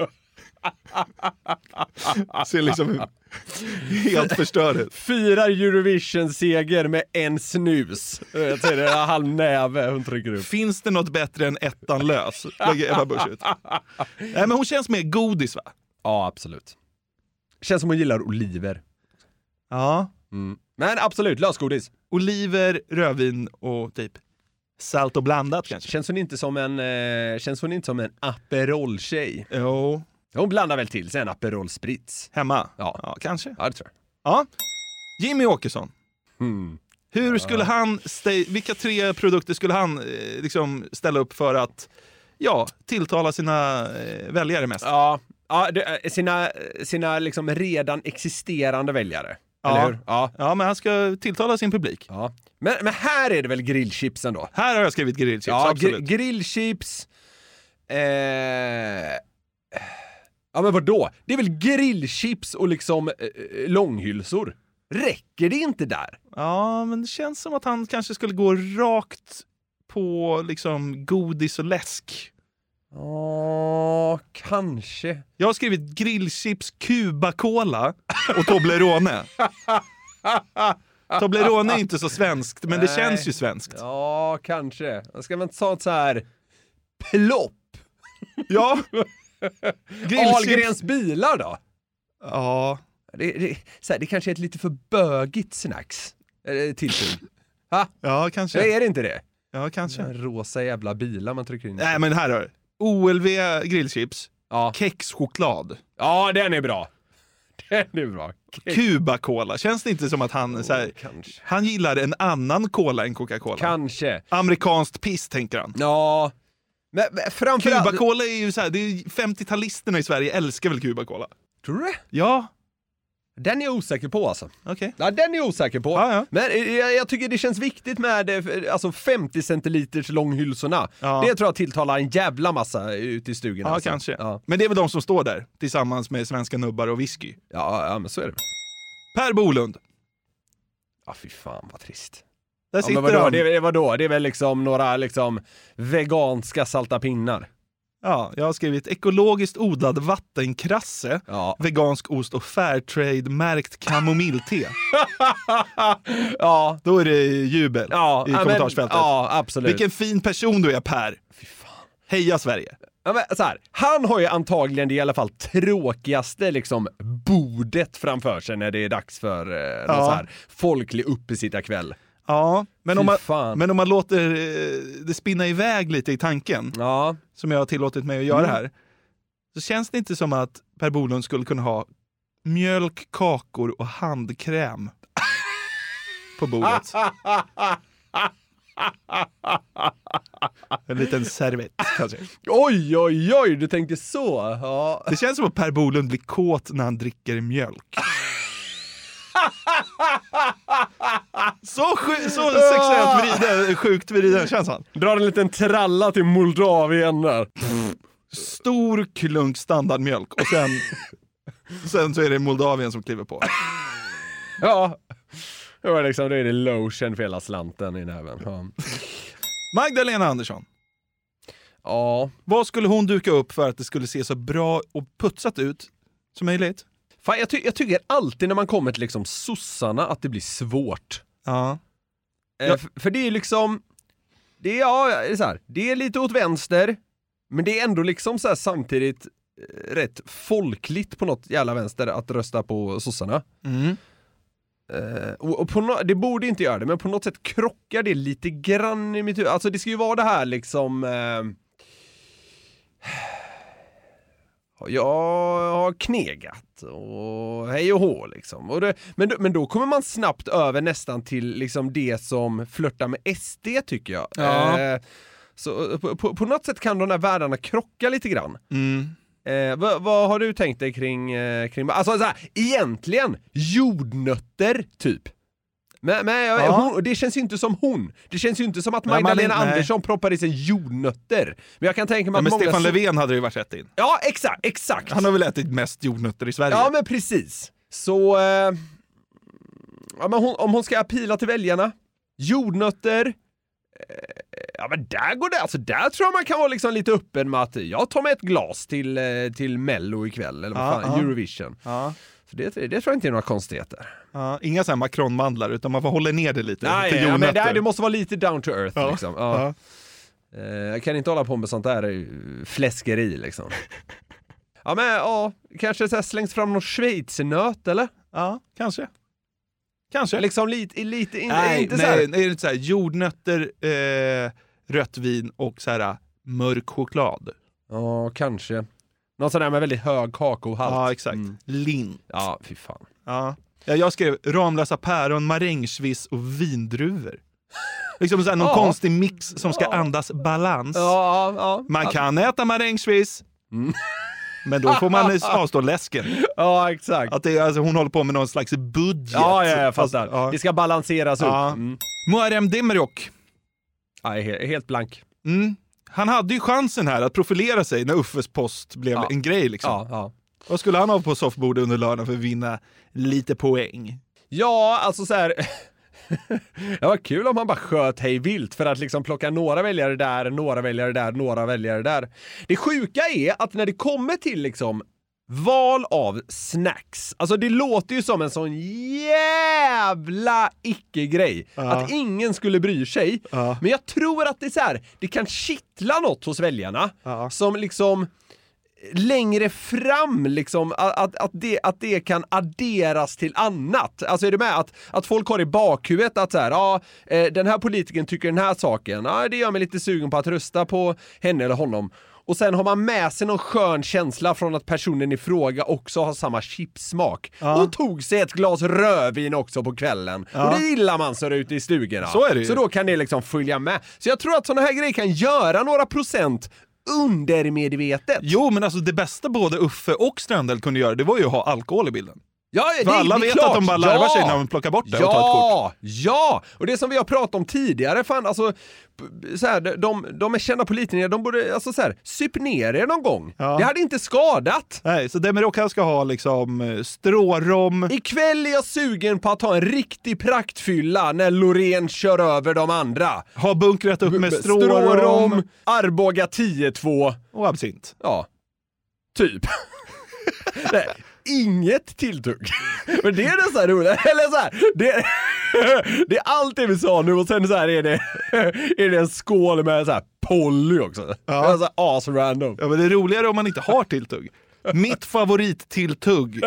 Ser liksom helt förstörd. Fyra Eurovision-seger med en snus. Jag säger det, en halv näve hon trycker upp. Finns det något bättre än ettan lös? Lägger Ebba Busch ut. Nej, men hon känns mer godis, va? Ja, absolut. Känns som hon gillar oliver. Ja. Mm. Men absolut, lösgodis. Oliver, rödvin och typ salt och blandat kanske. Känns hon inte som en eh, känns hon inte som en Aperol-tjej? Jo. Hon blandar väl till sig en Aperol Spritz. Hemma? Ja, ja kanske. Ja, det tror jag. Ja. Jimmy Åkesson. Hmm. Hur skulle ja. han sta- vilka tre produkter skulle han eh, liksom ställa upp för att ja, tilltala sina eh, väljare mest. Ja, ja det, sina, sina liksom redan existerande väljare. Ja. Eller hur? Ja. ja, men han ska tilltala sin publik. Ja. Men, men här är det väl grillchipsen då? Här har jag skrivit grillchips, ja, absolut. Gr- grillchips... Eh... Ja, men vadå? Det är väl grillchips och liksom eh, långhylsor. Räcker det inte där? Ja, men det känns som att han kanske skulle gå rakt på liksom godis och läsk. Ja, kanske. Jag har skrivit grillchips, Cuba-cola och Toblerone. Toblerone är inte så svenskt, men det Nej. känns ju svenskt. Ja, kanske. Ska man inte ta ett så här plopp? Ja. Ahlgrens bilar då? Ja. Det, det, så här, det kanske är ett lite för bögigt snacks. Eller tilltugg. Ha? Ja, kanske. Ja, är det inte det? Ja, kanske. Den rosa jävla bilar man trycker in. Nej, men här har du. O L V grillchips. Ja. Kexchoklad. Ja, den är bra. Den är bra. Cuba-cola. Känns det inte som att han, oh, så här, han gillar en annan cola än Coca-Cola? Kanske. Amerikanskt piss, tänker han. Ja. Men, men framförallt... Cuba-cola är ju så här, det är femtio-talisterna i Sverige älskar väl Cuba-cola? Tror du det? Ja. Den är jag osäker på alltså. Okej. Okay. Ja, den är jag osäker på. Ja, ja. Men jag, jag tycker det känns viktigt med alltså femtio centiliters långhylsorna. Ja. Det tror jag tilltalar en jävla massa ute i stugan. Ja, alltså. kanske. Ja. Men det är väl de som står där tillsammans med svenska nubbar och whisky. Ja, ja men så är det. Per Bolund. Ja, fy fan vad trist. Där ja, sitter men vadå? han. Det, är, vadå? Det är väl liksom några liksom veganska salta pinnar. Ja, jag har skrivit ekologiskt odlad vattenkrasse, ja. vegansk ost och Fairtrade-märkt kamomillte. Ja. Då är det jubel ja, i kommentarsfältet. Ja, absolut. Vilken fin person du är, Per. Fy fan. Heja Sverige. Ja, men så här, han har ju antagligen det i alla fall tråkigaste liksom bordet framför sig när det är dags för eh, någon ja. så här folklig uppesittarkväll. Ja, men om, man, men om man låter eh, det spinna iväg lite i tanken, ja. som jag har tillåtit mig att göra mm. här, så känns det inte som att Per Bolund skulle kunna ha mjölk, kakor och handkräm på bordet. En liten servett kanske. Oj, oj, oj, du tänker så. Ja. Det känns som att Per Bolund blir kåt när han dricker mjölk. Så, sju, så sexuellt vriden, sjukt vriden känns han. Drar en liten tralla till Moldavien där. Stor klunk standardmjölk och sen, sen så är det Moldavien som kliver på. Ja, det var liksom, då är det lotion för hela slanten i näven. Ja. Magdalena Andersson. Ja. Vad skulle hon duka upp för att det skulle se så bra och putsat ut som möjligt? Fan, jag, ty- jag tycker alltid när man kommer till liksom sossarna att det blir svårt. Ja. Eh, ja. För, för det är liksom, det är, ja, det är, så här, det är lite åt vänster, men det är ändå liksom så här samtidigt eh, rätt folkligt på något jävla vänster att rösta på sossarna. Mm. Eh, och, och på no- det borde inte göra det, men på något sätt krockar det lite grann i mitt huvud. Alltså det ska ju vara det här liksom... Eh, jag har knegat och hej och hå liksom. Och det, men, då, men då kommer man snabbt över nästan till liksom det som flörtar med S D tycker jag. Ja. Eh, så på, på, på något sätt kan de där världarna krocka lite grann. Mm. Eh, vad, vad har du tänkt dig kring, eh, kring alltså så här, egentligen jordnötter typ. Men, men ja. hon, det känns ju inte som hon. Det känns ju inte som att Magdalena nej, Andersson nej. proppar i sig jordnötter. Men jag kan tänka mig ja, att men många... Stefan Löfven hade det ju varit rätt in. Ja, exakt, exakt. Han har väl ätit mest jordnötter i Sverige. Ja, men precis. Så eh, ja, men hon, om hon ska apila till väljarna, jordnötter, eh, ja men där går det. Alltså där tror jag man kan vara liksom lite öppen med att jag tar med ett glas till, eh, till Mello ikväll eller vad ja, fan, ja. Eurovision. Ja. Så det, det tror jag inte är några konstigheter. Ja, inga så här Macron-mandlar utan man får hålla ner det lite. Nej, till ja, men där, det måste vara lite down to earth ja. liksom. Ja. Ja. Eh, jag kan inte hålla på med sånt där fläskeri liksom. Ja men ja, kanske så här slängs fram någon schweizernöt eller? Ja, kanske. Kanske. Liksom lite, lite in, nej, inte nej, så här. nej, det är så här jordnötter, eh, rött vin och så här mörk choklad. Ja, kanske. Något sådär med väldigt hög kakaohalt. Ja, exakt. Mm. Lint. Ja, fy fan. Ja. Ja, jag skrev Ramlösa päron, marängsviss och vindruvor. Liksom så här, någon Ja. konstig mix som ska andas balans. Ja, ja. Man kan äta marängsviss. Mm. Men då får man avstå läsken. Ja, exakt. Att det, alltså, hon håller på med någon slags budget. Ja, ja, jag fattar. Fast, ja. Det ska balanseras Ja. upp. Mm. Muharrem Demirok. Ja, helt, helt blank. Mm. Han hade ju chansen här att profilera sig när Uffes post blev Ja. en grej. Liksom. Ja, ja. Vad skulle han ha på soffbordet under lördagen för att vinna lite poäng? Ja, alltså så här. Det var kul om man bara sköt hej vilt för att liksom plocka några väljare där, några väljare där, några väljare där. Det sjuka är att när det kommer till liksom val av snacks, alltså det låter ju som en sån jävla icke-grej. Ja. Att ingen skulle bry sig. Ja. Men jag tror att det är så här, det kan kittla något hos väljarna Ja. som liksom längre fram liksom att, att, att, det, att det kan adderas till annat. Alltså är det med att, att folk har i bakhuvudet att så här, ja, eh, den här politikern tycker den här saken, ja, det gör mig lite sugen på att rösta på henne eller honom. Och sen har man med sig någon skön känsla från att personen i fråga också har samma chipsmak. Ja. Och tog sig ett glas rödvin också på kvällen. Ja. Och det gillar man så där ute i stugorna. Så är det ju. Så då kan det liksom följa med. Så jag tror att såna här grejer kan göra några procent undermedvetet. Jo, men alltså det bästa både Uffe och Strandhäll kunde göra, det var ju att ha alkohol i bilden. Ja, För det, alla det är vet klart. att de bara larvar ja. sig när de plockar bort det ja. och tar ett kort. Ja, och det som vi har pratat om tidigare, fan, alltså, p- så här, de, de är kända politiker, de borde alltså, så här, syp ner er någon gång. Ja. Det hade inte skadat. Nej, så Demirok han ska ha liksom eh, strårom. Ikväll är jag sugen på att ta en riktig praktfylla när Loreen kör över de andra. Ha bunkrat upp med strårom. Strårom, Arboga tio två. Och absint. Ja, typ. Nej, inget tilltugg. Men det är nästan roligt. Eller så här, det, det är allt det vi sa nu och sen så här är det, är det en skål med så här Polly också. Ja. Det är så här as-random. Ja, men det är roligare om man inte har tilltugg. Mitt favorittilltugg,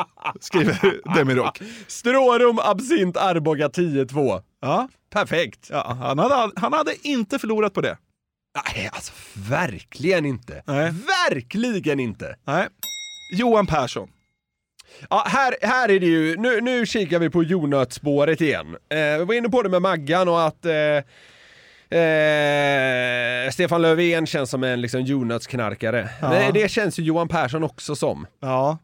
skriver Demirok. Strårom, absint, Arboga tio två. Ja. Perfekt. Ja, han, hade, han hade inte förlorat på det. Nej, alltså verkligen inte. Nej. Verkligen inte. Nej. Johan Persson. Ja, här, här är det ju, nu, nu kikar vi på jordnötsspåret igen. Eh, vi var inne på det med Maggan och att eh, eh, Stefan Löfven känns som en liksom jordnötsknarkare. Ja. Men det känns ju Johan Persson också som. Ja.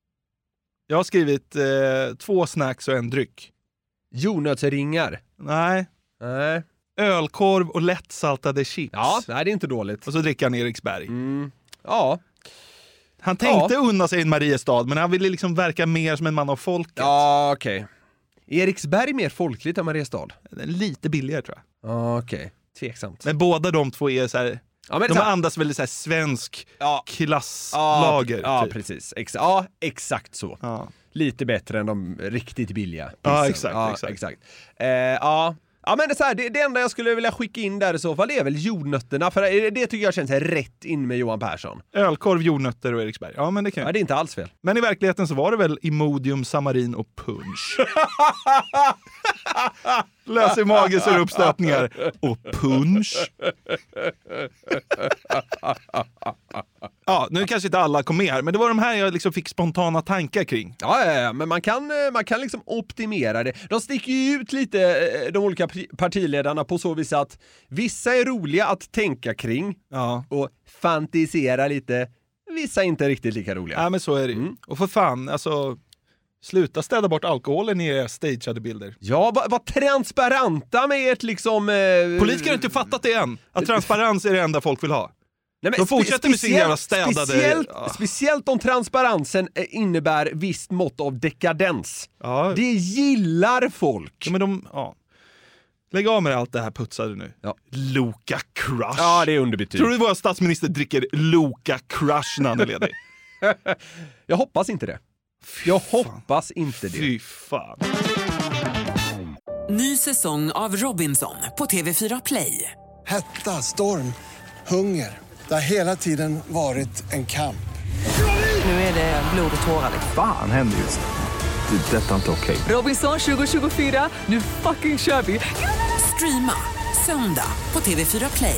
Jag har skrivit eh, två snacks och en dryck. Jordnötsringar. Nej. Nej. Ölkorv och lättsaltade chips. Ja, nej, det är inte dåligt. Och så dricker han Eriksberg. Mm. Ja. Han tänkte Ja. unna sig en Mariestad, men han ville liksom verka mer som en man av folket. Ja, okej. Okay. Eriksberg mer folkligt än Mariestad? Lite billigare tror jag. Ja, okej. Okay. Tveksamt. Men båda de två är så här, ja, men de så här, andas väldigt så här svensk ja. klasslager. Ja, ja typ. precis. Ex- ja, exakt så. Ja. Lite bättre än de riktigt billiga pilsen. Ja, exakt. Ja, exakt. exakt. Eh, ja. Ja, men det, är så här, det, det enda jag skulle vilja skicka in där i så fall är väl jordnötterna, för det, det tycker jag känns rätt in med Johan Persson. Ölkorv, jordnötter och Eriksberg. Ja, men det kan jag. Ja, det är inte alls fel. Men i verkligheten så var det väl Imodium, Samarin och punch. Lös i magen så är det uppstötningar. Och punch. Ja, nu kanske inte alla kom med här, men det var de här jag liksom fick spontana tankar kring. Ja, ja, ja, men man kan, man kan liksom optimera det. De sticker ju ut lite, de olika partiledarna, på så vis att vissa är roliga att tänka kring ja. och fantisera lite. Vissa är inte riktigt lika roliga. Ja, men så är det ju. Mm. Och för fan, alltså, sluta städa bort alkoholen i era stageade bilder. Ja, var, var transparenta med ert liksom... Eh... Politiker har inte fattat det än. Att transparens är det enda folk vill ha. Nej, men de fortsätter med sin jävla städade... Speciellt, ja. speciellt om transparensen innebär visst mått av dekadens. Ja. Det gillar folk. Ja, men de... Ja. Lägg av med allt det här putsade nu. Ja. Loka Crush. Ja, det är underbetyg. Tror du vår statsminister dricker Loka Crush när han är ledig? Jag hoppas inte det. Fy Jag fan. hoppas inte det. Fy fan. Ny säsong av Robinson på T V fyra Play. Hetta, storm, hunger. Det har hela tiden varit en kamp. Nu är det blod och tårar. Fan händer just det. Det är detta inte okej. Robinson tjugo tjugofyra, nu fucking kör vi. Streama söndag på T V fyra Play.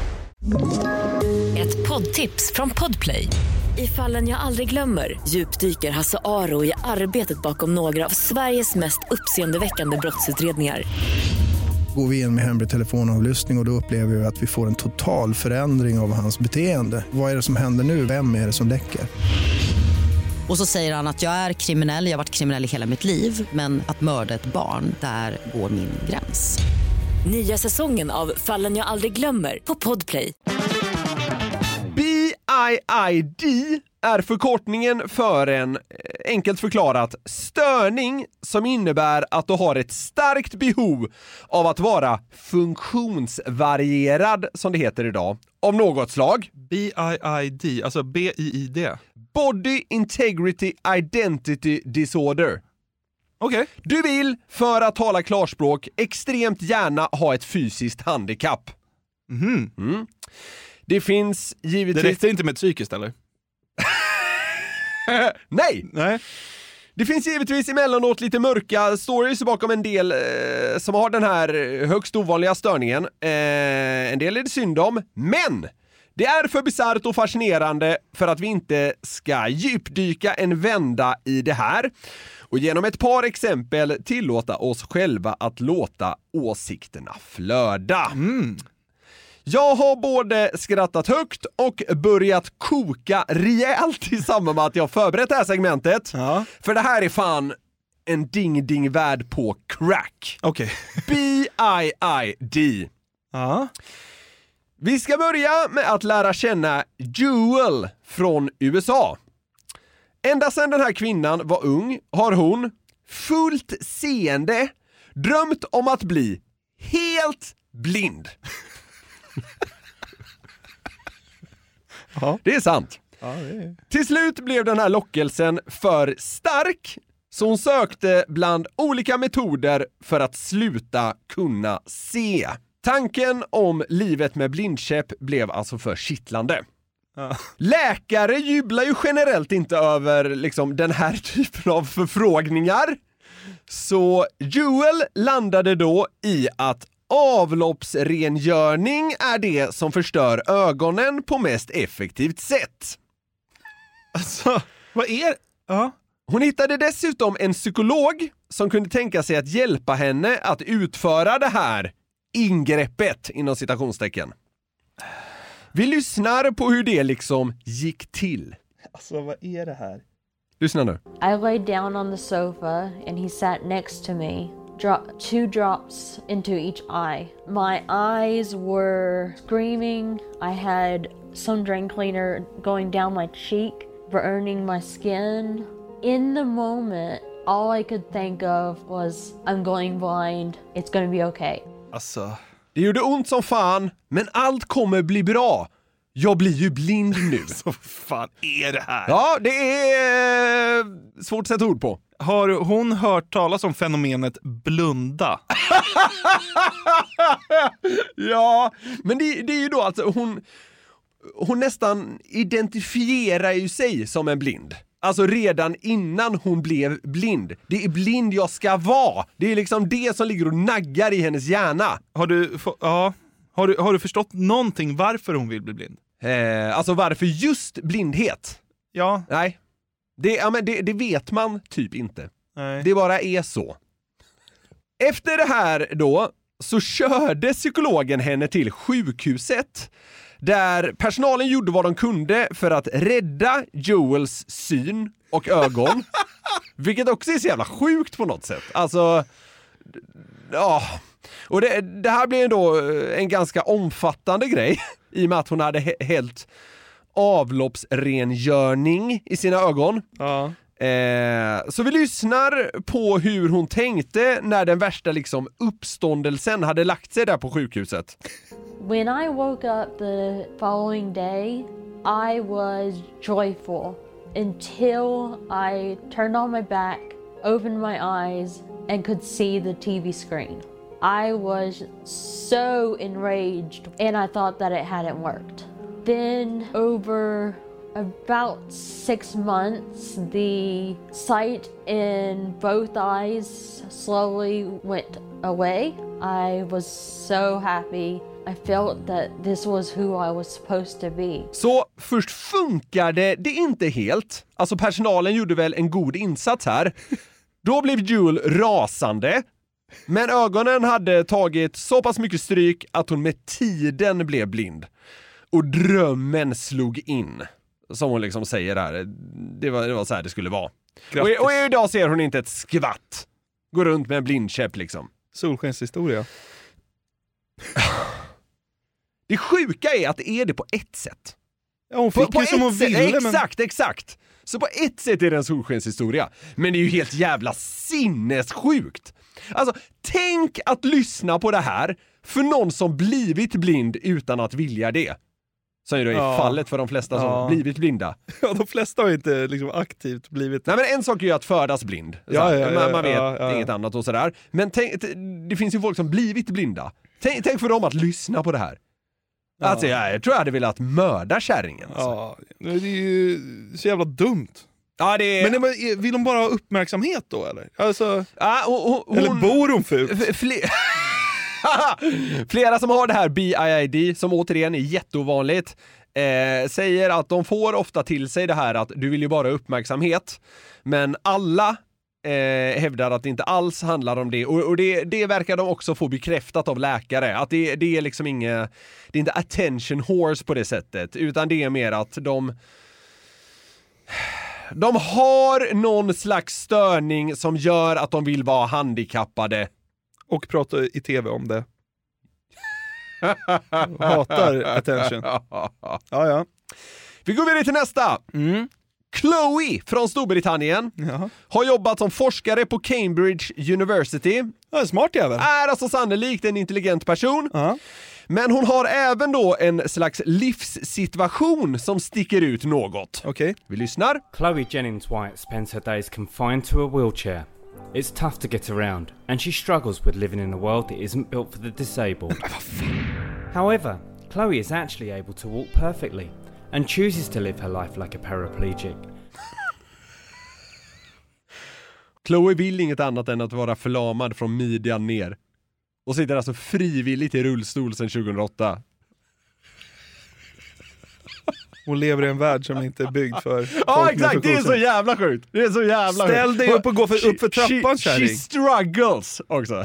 Ett poddtips från Podplay. I Fallen jag aldrig glömmer djupdyker Hasse Aro i arbetet bakom några av Sveriges mest uppseendeväckande brottsutredningar. Går vi in med hemlig telefonavlyssning och, och då upplever vi att vi får en total förändring av hans beteende. Vad är det som händer nu? Vem är det som läcker? Och så säger han att jag är kriminell, jag har varit kriminell i hela mitt liv. Men att mörda ett barn, där går min gräns. Nya säsongen av Fallen jag aldrig glömmer på Podplay. B I I D är förkortningen för en, enkelt förklarat, störning som innebär att du har ett starkt behov av att vara funktionsvarierad, som det heter idag, av något slag. B I I D, alltså B I I D. Body Integrity Identity Disorder. Okej. Okay. Du vill, för att tala klarspråk, extremt gärna ha ett fysiskt handikapp. Mm. Mm. Det finns givetvis... Det räcker inte med psykiskt, eller? Nej! Nej. Det finns givetvis emellanåt lite mörka stories bakom en del eh, som har den här högst ovanliga störningen. Eh, en del är det synd om, men det är för bisarrt och fascinerande för att vi inte ska djupdyka en vända i det här och genom ett par exempel tillåta oss själva att låta åsikterna flöda. Mm. Jag har både skrattat högt och börjat koka rejält i samband med att jag förberett det här segmentet. Ja. För det här är fan en ding-ding-värld på crack. Okej. Okay. B I I D. Ja. Vi ska börja med att lära känna Jewel från U S A. Ända sedan den här kvinnan var ung har hon, fullt seende, drömt om att bli helt blind. Ja. Det är sant. Ja, det är... Till slut blev den här lockelsen för stark, så hon sökte bland olika metoder för att sluta kunna se. Tanken om livet med blindkäpp blev alltså för kittlande. Ja. Läkare jublar ju generellt inte över liksom, den här typen av förfrågningar. Så Jewel landade då i att avloppsrengörning är det som förstör ögonen på mest effektivt sätt. Alltså, vad är det? Ja. Hon hittade dessutom en psykolog som kunde tänka sig att hjälpa henne att utföra det här ingreppet inom citationstecken. Vi lyssnar på hur det liksom gick till. Alltså, vad är det här? Lyssna nu. I laid down on the sofa and he sat next to me. Drop two drops into each eye. My eyes were screaming. I had some drain cleaner going down my cheek, burning my skin. In the moment, all I could think of was I'm going blind. It's going to be okay. Alltså, det gjorde ont som fan, men allt kommer bli bra. Jag blir ju blind nu. Så fan är det här? Ja, det är eh, svårt att sätta ord på. Har hon hört talas om fenomenet blunda? Ja, men det, det är ju då alltså hon, hon nästan identifierar ju sig som en blind. Alltså redan innan hon blev blind. Det är blind jag ska vara. Det är liksom det som ligger och naggar i hennes hjärna. Har du, ja, har du, har du förstått någonting varför hon vill bli blind? Eh, alltså varför just blindhet? Ja. Nej. Det, ja, men det, det vet man typ inte. Nej. Det bara är så. Efter det här då så körde psykologen henne till sjukhuset där personalen gjorde vad de kunde för att rädda Joels syn och ögon. Vilket också är så jävla sjukt på något sätt. Alltså, ja. Och det, det här blev då en ganska omfattande grej i och med att hon hade he- helt avloppsrengörning i sina ögon. Ja. Eh, så vi lyssnar på hur hon tänkte när den värsta liksom uppståndelsen hade lagt sig där på sjukhuset. When I woke up the following day, I was joyful until I turned on my back, opened my eyes, and could see the T V screen. I was so enraged and I thought that it hadn't worked. Then over about six months, the sight in both eyes slowly went away. I was so happy. I felt that this was who I was supposed to be. Så först funkade det inte helt. Alltså personalen gjorde väl en god insats här. Då blev Jewel rasande. Men ögonen hade tagit så pass mycket stryk att hon med tiden blev blind. Och drömmen slog in. Som hon liksom säger här. Det var, det var så här det skulle vara. Och, och idag ser hon inte ett skvatt. Går runt med en blindkäpp liksom. Solskenshistoria. Det sjuka är att det är det på ett sätt. Ja, hon fick på, på ju som hon sätt, ville. Exakt, men... exakt. Så på ett sätt är det en solskenshistoria. Men det är ju helt jävla sinnessjukt. Alltså, tänk att lyssna på det här för någon som blivit blind utan att vilja det. Så är det ja. i fallet för de flesta som ja. blivit blinda. Ja, de flesta har inte liksom aktivt blivit... Nej, men en sak är ju att födas blind. Ja, ja, ja, man, man vet ja, ja. inget annat och sådär. Men tänk, det finns ju folk som blivit blinda. Tänk, tänk för dem att lyssna på det här. Ja. Alltså, jag, jag tror jag hade velat mörda kärringen. Alltså. Ja, det är ju så jävla dumt. Ja, det är... Men det, vill de bara ha uppmärksamhet då, eller? Alltså, ja, hon, hon, eller bor hon fult? Fler... Flera som har det här B I I D, som återigen är jätteovanligt, eh, säger att de får ofta till sig det här att du vill ju bara ha uppmärksamhet. Men alla eh, hävdar att det inte alls handlar om det. Och, och det, det verkar de också få bekräftat av läkare. Att det, det är liksom inget, det är inte attention horse på det sättet. Utan det är mer att de... De har någon slags störning som gör att de vill vara handikappade. Och prata i tv om det. Hatar attention. Ja, ja. Vi går vidare till nästa. Mm. Chloe från Storbritannien Jaha. har jobbat som forskare på Cambridge University. Ja, smart jävel. Är alltså sannolikt en intelligent person. Ja. Men hon har även då en slags livssituation som sticker ut något. Okej. Vi lyssnar. Chloe Jennings White spends her days confined to a wheelchair. It's tough to get around, and she struggles with living in a world that isn't built for the disabled. However, Chloe is actually able to walk perfectly, and chooses to live her life like a paraplegic. Chloe vill inget annat än att vara förlamad från midjan ner. Och sitter alltså frivilligt i rullstol sedan tjugohundraåtta. Hon lever i en värld som inte är byggd för... Ja, exakt. Det är så jävla sjukt. Det är så jävla sjukt. Ställ dig upp och gå för, upp för trappan, kärring. She struggles också.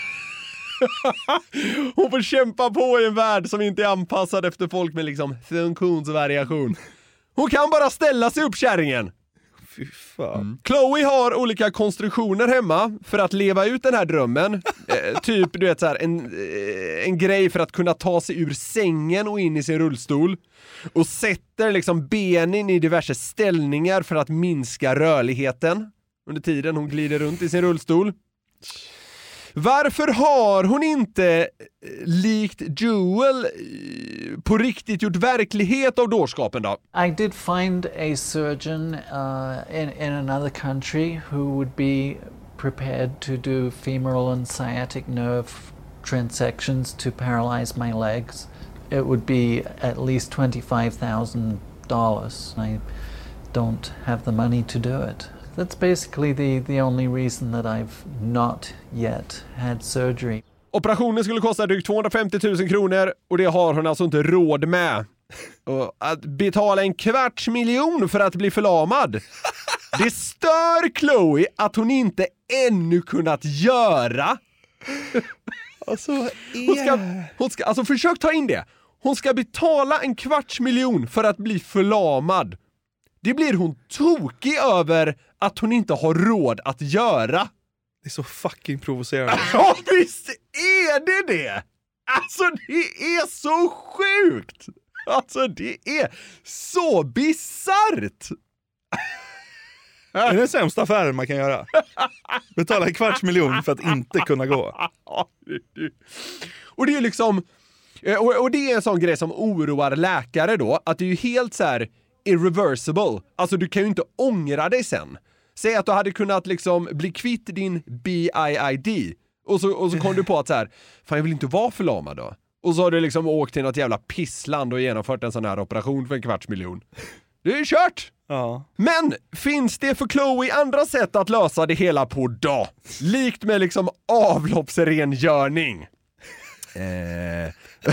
Hon får kämpa på i en värld som inte är anpassad efter folk med liksom funktionsvariation. Hon kan bara ställa sig upp, kärringen. Fy fan. Mm. Chloe har olika konstruktioner hemma för att leva ut den här drömmen. eh, typ, du vet så här, en, eh, en grej för att kunna ta sig ur sängen och in i sin rullstol. Och sätter liksom benen i diverse ställningar för att minska rörligheten under tiden hon glider runt i sin rullstol. Varför har hon inte, likt Jewel, på riktigt gjort verklighet av dårskapen då? I did find a surgeon uh, in, in another country who would be prepared to do femoral and sciatic nerve transections to paralyze my legs. It would be at least twenty-five thousand dollars. I don't have the money to do it. That's basically the, the only reason that I've not yet had surgery. Operationen skulle kosta drygt tvåhundrafemtio tusen kronor och det har hon alltså inte råd med. Och att betala en kvarts miljon för att bli förlamad. Det stör Chloe att hon inte ännu kunnat göra. Alltså, hon ska, hon ska, alltså försök ta in det. Hon ska betala en kvarts miljon för att bli förlamad. Det blir hon tokig över att hon inte har råd att göra. Det är så fucking provocerande. Ja, visst är det det! Alltså, det är så sjukt! Alltså, det är så bizarrt! Det är den sämsta affären man kan göra. Betala en kvarts miljon för att inte kunna gå. Och det är liksom... Och, och det är en sån grej som oroar läkare då. Att det är ju helt så här irreversible. Alltså du kan ju inte ångra dig sen. Säg att du hade kunnat liksom bli kvitt din B I I D. Och så, och så kom du på att så här, fan jag vill inte vara förlamad då. Och så har du liksom åkt till något jävla pissland och genomfört en sån här operation för en kvarts miljon. Det är ju kört! Ja. Men finns det för Chloe andra sätt att lösa det hela på då? Likt med liksom avloppsrengörning. Eh...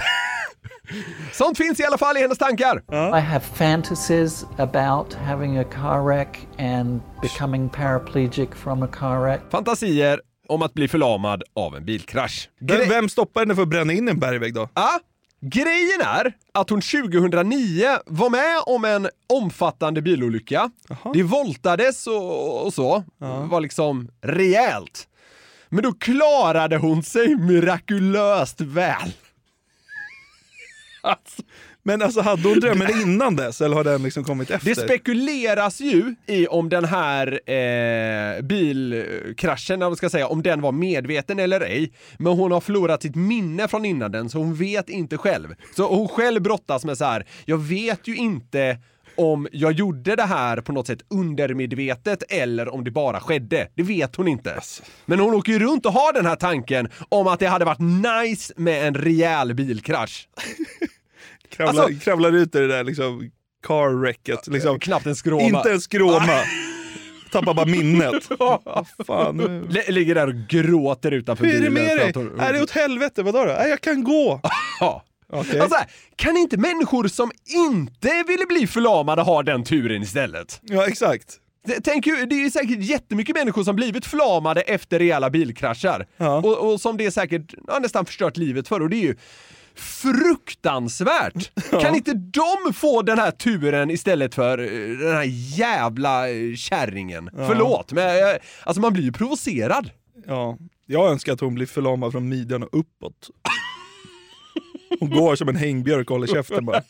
Sånt finns i alla fall i hennes tankar. I have fantasies about having a car wreck and becoming paraplegic from a car wreck. Fantasier om att bli förlamad av en bilkrasch. Gre- Vem stoppar henne för att bränna in en bergvägg då? Ja, grejen är att hon tjugohundranio var med om en omfattande bilolycka. Aha. Det voltades och, och så. Ja. Var liksom rejält. Men då klarade hon sig mirakulöst väl. Alltså. Men alltså hade hon drömmen innan dess eller har den liksom kommit efter? Det spekuleras ju i om den här eh, bilkraschen, om ska säga, om den var medveten eller ej. Men hon har förlorat sitt minne från innan den, så hon vet inte själv. Så hon själv brottas med så här: jag vet ju inte om jag gjorde det här på något sätt undermedvetet eller om det bara skedde. Det vet hon inte. Men hon åker ju runt och har den här tanken om att det hade varit nice med en rejäl bilkrasch. Kravlar, alltså, kravlar ut i det där liksom car-wrecket. Liksom, knappt en skråma. Inte en skråma. Tappar bara minnet. Oh, fan. L- ligger där och gråter utanför bilen. Hur är det med dig? Hon... Är det åt helvete? Vadå då? Nej, jag kan gå. Okay. Alltså, kan inte människor som inte ville bli förlamade ha den turen istället? Ja, exakt. Tänk ju, det är ju säkert jättemycket människor som blivit förlamade efter rejäla bilkraschar. Ja. Och, och som det är säkert ja, nästan förstört livet för. Och det är ju fruktansvärt. Ja. Kan inte de få den här turen istället för den här jävla kärringen? Ja. Förlåt, men alltså man blir ju provocerad. Ja, jag önskar att hon blir förlamad från midjan och uppåt. Hon går som en hängbjörk och håller käften bara.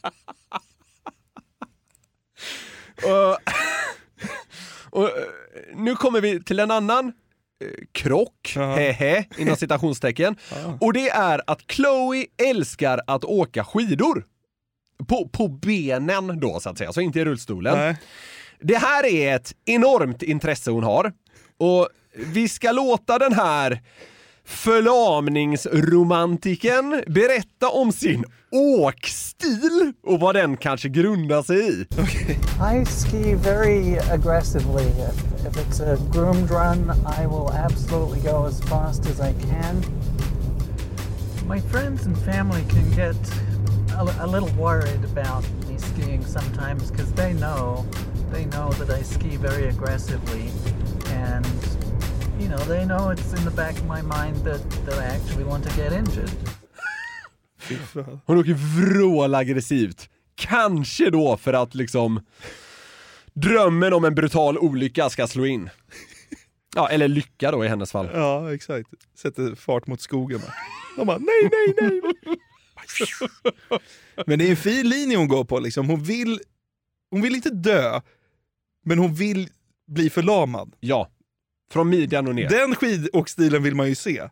och, och nu kommer vi till en annan eh, krock, ja. hehe, inom citationstecken. Ja. Och det är att Chloe älskar att åka skidor. På, på benen då så att säga, så inte i rullstolen. Nej. Det här är ett enormt intresse hon har. Och vi ska låta den här förlamningsromantiken berätta om sin åkstil och vad den kanske grundar sig i. Okay. I ski very aggressively. If, if it's a groomed run, I will absolutely go as fast as I can. My friends and family can get a, a little worried about me skiing sometimes because they know, they know that I ski very aggressively, and you know, they know it's in the back of my mind that, that I actually want to get injured. Hon åker vrål aggressivt. Kanske då för att liksom drömmen om en brutal olycka ska slå in. Ja, eller lycka då i hennes fall. Ja, exakt. Sätter fart mot skogen. De bara, nej, nej, nej. Men det är en fin linje hon går på. Liksom. Hon vill, hon vill inte dö, men hon vill bli förlamad. Ja. Från midjan och ner. Den skidåkstilen vill man ju se.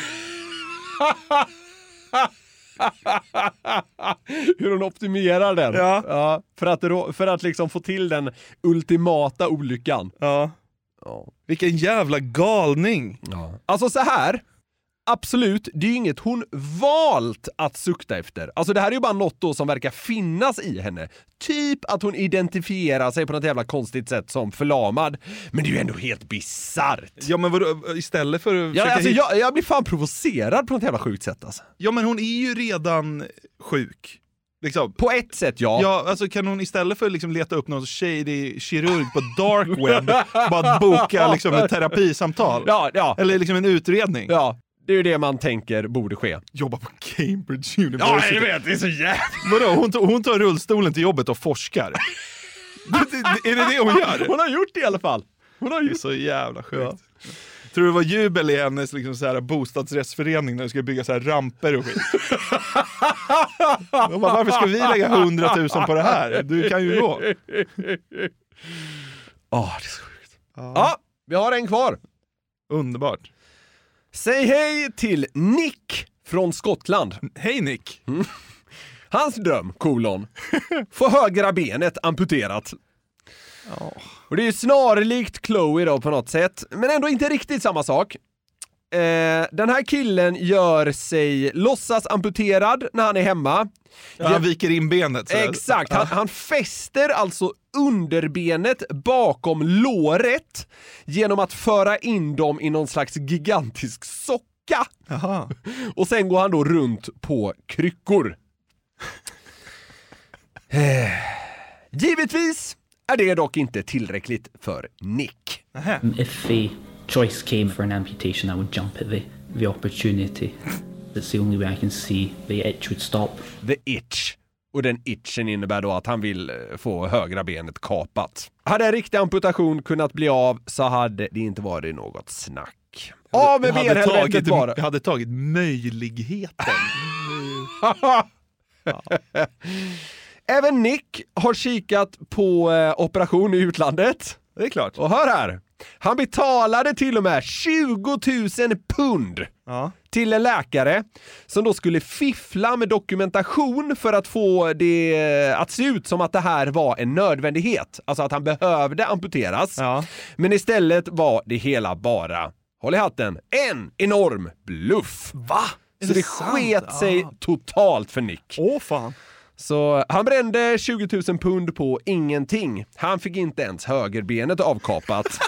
Hur hon optimerar den. Ja. Ja, för att, för att liksom få till den ultimata olyckan. Ja. Ja. Vilken jävla galning. Ja. Alltså så här. Absolut, det är ju inget hon valt att sukta efter. Alltså det här är ju bara något då som verkar finnas i henne. Typ att hon identifierar sig på något jävla konstigt sätt som förlamad. Men det är ju ändå helt bizarrt. Ja, men vadå, istället för att ja, alltså, hit... jag, jag blir fan provocerad på något jävla sjukt sätt alltså. Ja, men hon är ju redan sjuk. Liksom. På ett sätt, ja. Ja, alltså kan hon istället för att liksom leta upp någon shady kirurg på dark web bara boka liksom ett terapisamtal? Ja, ja. Eller liksom en utredning? Ja. Det är ju det man tänker borde ske. Jobba på Cambridge University. Ja, jag vet, det är så jävligt. Vadå, hon, tar, hon tar rullstolen till jobbet och forskar. Är det det hon gör? Hon har gjort det i alla fall. Hon har gjort det. Så jävla sjukt. Ja. Tror du det var jubel i hennes liksom, så här, bostadsrättsförening när de ska bygga så här ramper och skit? De bara, varför ska vi lägga hundratusen på det här? Du kan ju gå. Åh, oh, det är så sjukt. Ja. Ja, vi har en kvar. Underbart. Säg hej till Nick från Skottland. Hej Nick. Mm. Hans dröm, kolon. Få högra benet amputerat. Oh. Och det är ju snarlikt Chloe då på något sätt. Men ändå inte riktigt samma sak. Eh, den här killen gör sig låtsas amputerad när han är hemma. Ja, han viker in benet. Så exakt, han, han fäster alltså underbenet bakom låret genom att föra in dem i någon slags gigantisk socka. Aha. Och sen går han då runt på kryckor. eh, givetvis är det dock inte tillräckligt för Nick. If he choice came for an amputation, I would jump at the, the opportunity. That's the only way I can see the itch would stop. The itch. Och den itchen innebär då att han vill få högra benet kapat. Hade en riktig amputation kunnat bli av så hade det inte varit något snack. Av med benhelvetet bara. Jag hade tagit möjligheten. Ja. Även Nick har kikat på eh, operation i utlandet. Det är klart. Och hör här. Han betalade till och med tjugo tusen pund ja. till en läkare som då skulle fiffla med dokumentation för att få det att se ut som att det här var en nödvändighet. Alltså att han behövde amputeras. Ja. Men istället var det hela bara, håll i hatten, en enorm bluff. Va? Så det, det sket sig ah. totalt för Nick. Åh fan. Så han brände tjugo tusen pund på ingenting. Han fick inte ens högerbenet avkapat.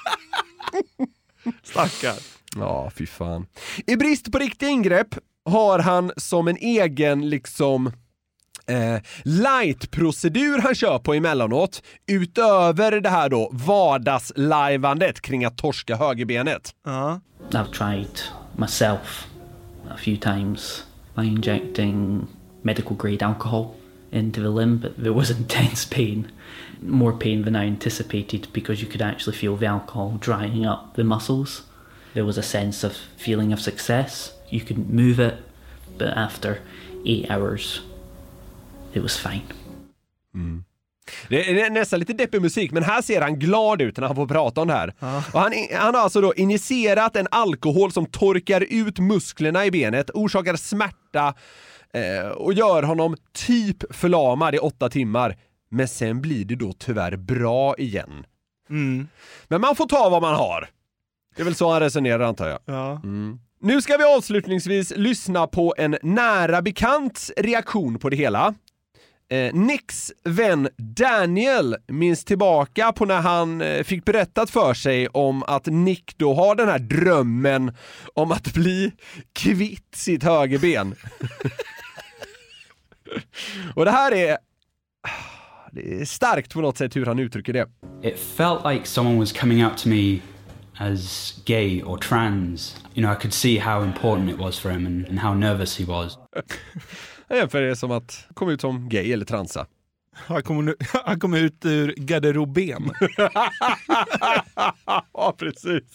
Stackar. Ja, fy fan. I brist på riktiga ingrepp har han som en egen liksom eh, light-procedur han kör på emellanåt. Utöver det här då vardagslajvandet kring att torska högerbenet. Uh. I've tried myself a few times by injecting medical grade alcohol into the limb, but there was intense pain, more pain than I anticipated, because you could actually feel the alcohol drying up the muscles. There was a sense of feeling of success. You could move it, but after eight hours it was fine. Mm. Det är nästan lite deppig musik, men här ser han glad ut när han får prata om det här. Ja. Och han, han har alltså då injicerat en alkohol som torkar ut musklerna i benet, orsakar smärta eh, och gör honom typ förlamad i åtta timmar. Men sen blir det då tyvärr bra igen. Mm. Men man får ta vad man har. Det är väl så han resonerar, antar jag. Ja. Mm. Nu ska vi avslutningsvis lyssna på en nära bekants reaktion på det hela. Eh, Nicks vän Daniel minns tillbaka på när han eh, fick berättat för sig om att Nick då har den här drömmen om att bli kvitt sitt högerben. Och det här är, det är starkt på något sätt hur han uttrycker det. It felt like someone was coming out to me as gay or trans. You know, I could see how important it was for him and, and how nervous he was. Jag jämför det som att komma ut som gay eller transa. Han kommer, han kommer ut ur garderoben. Ja, precis.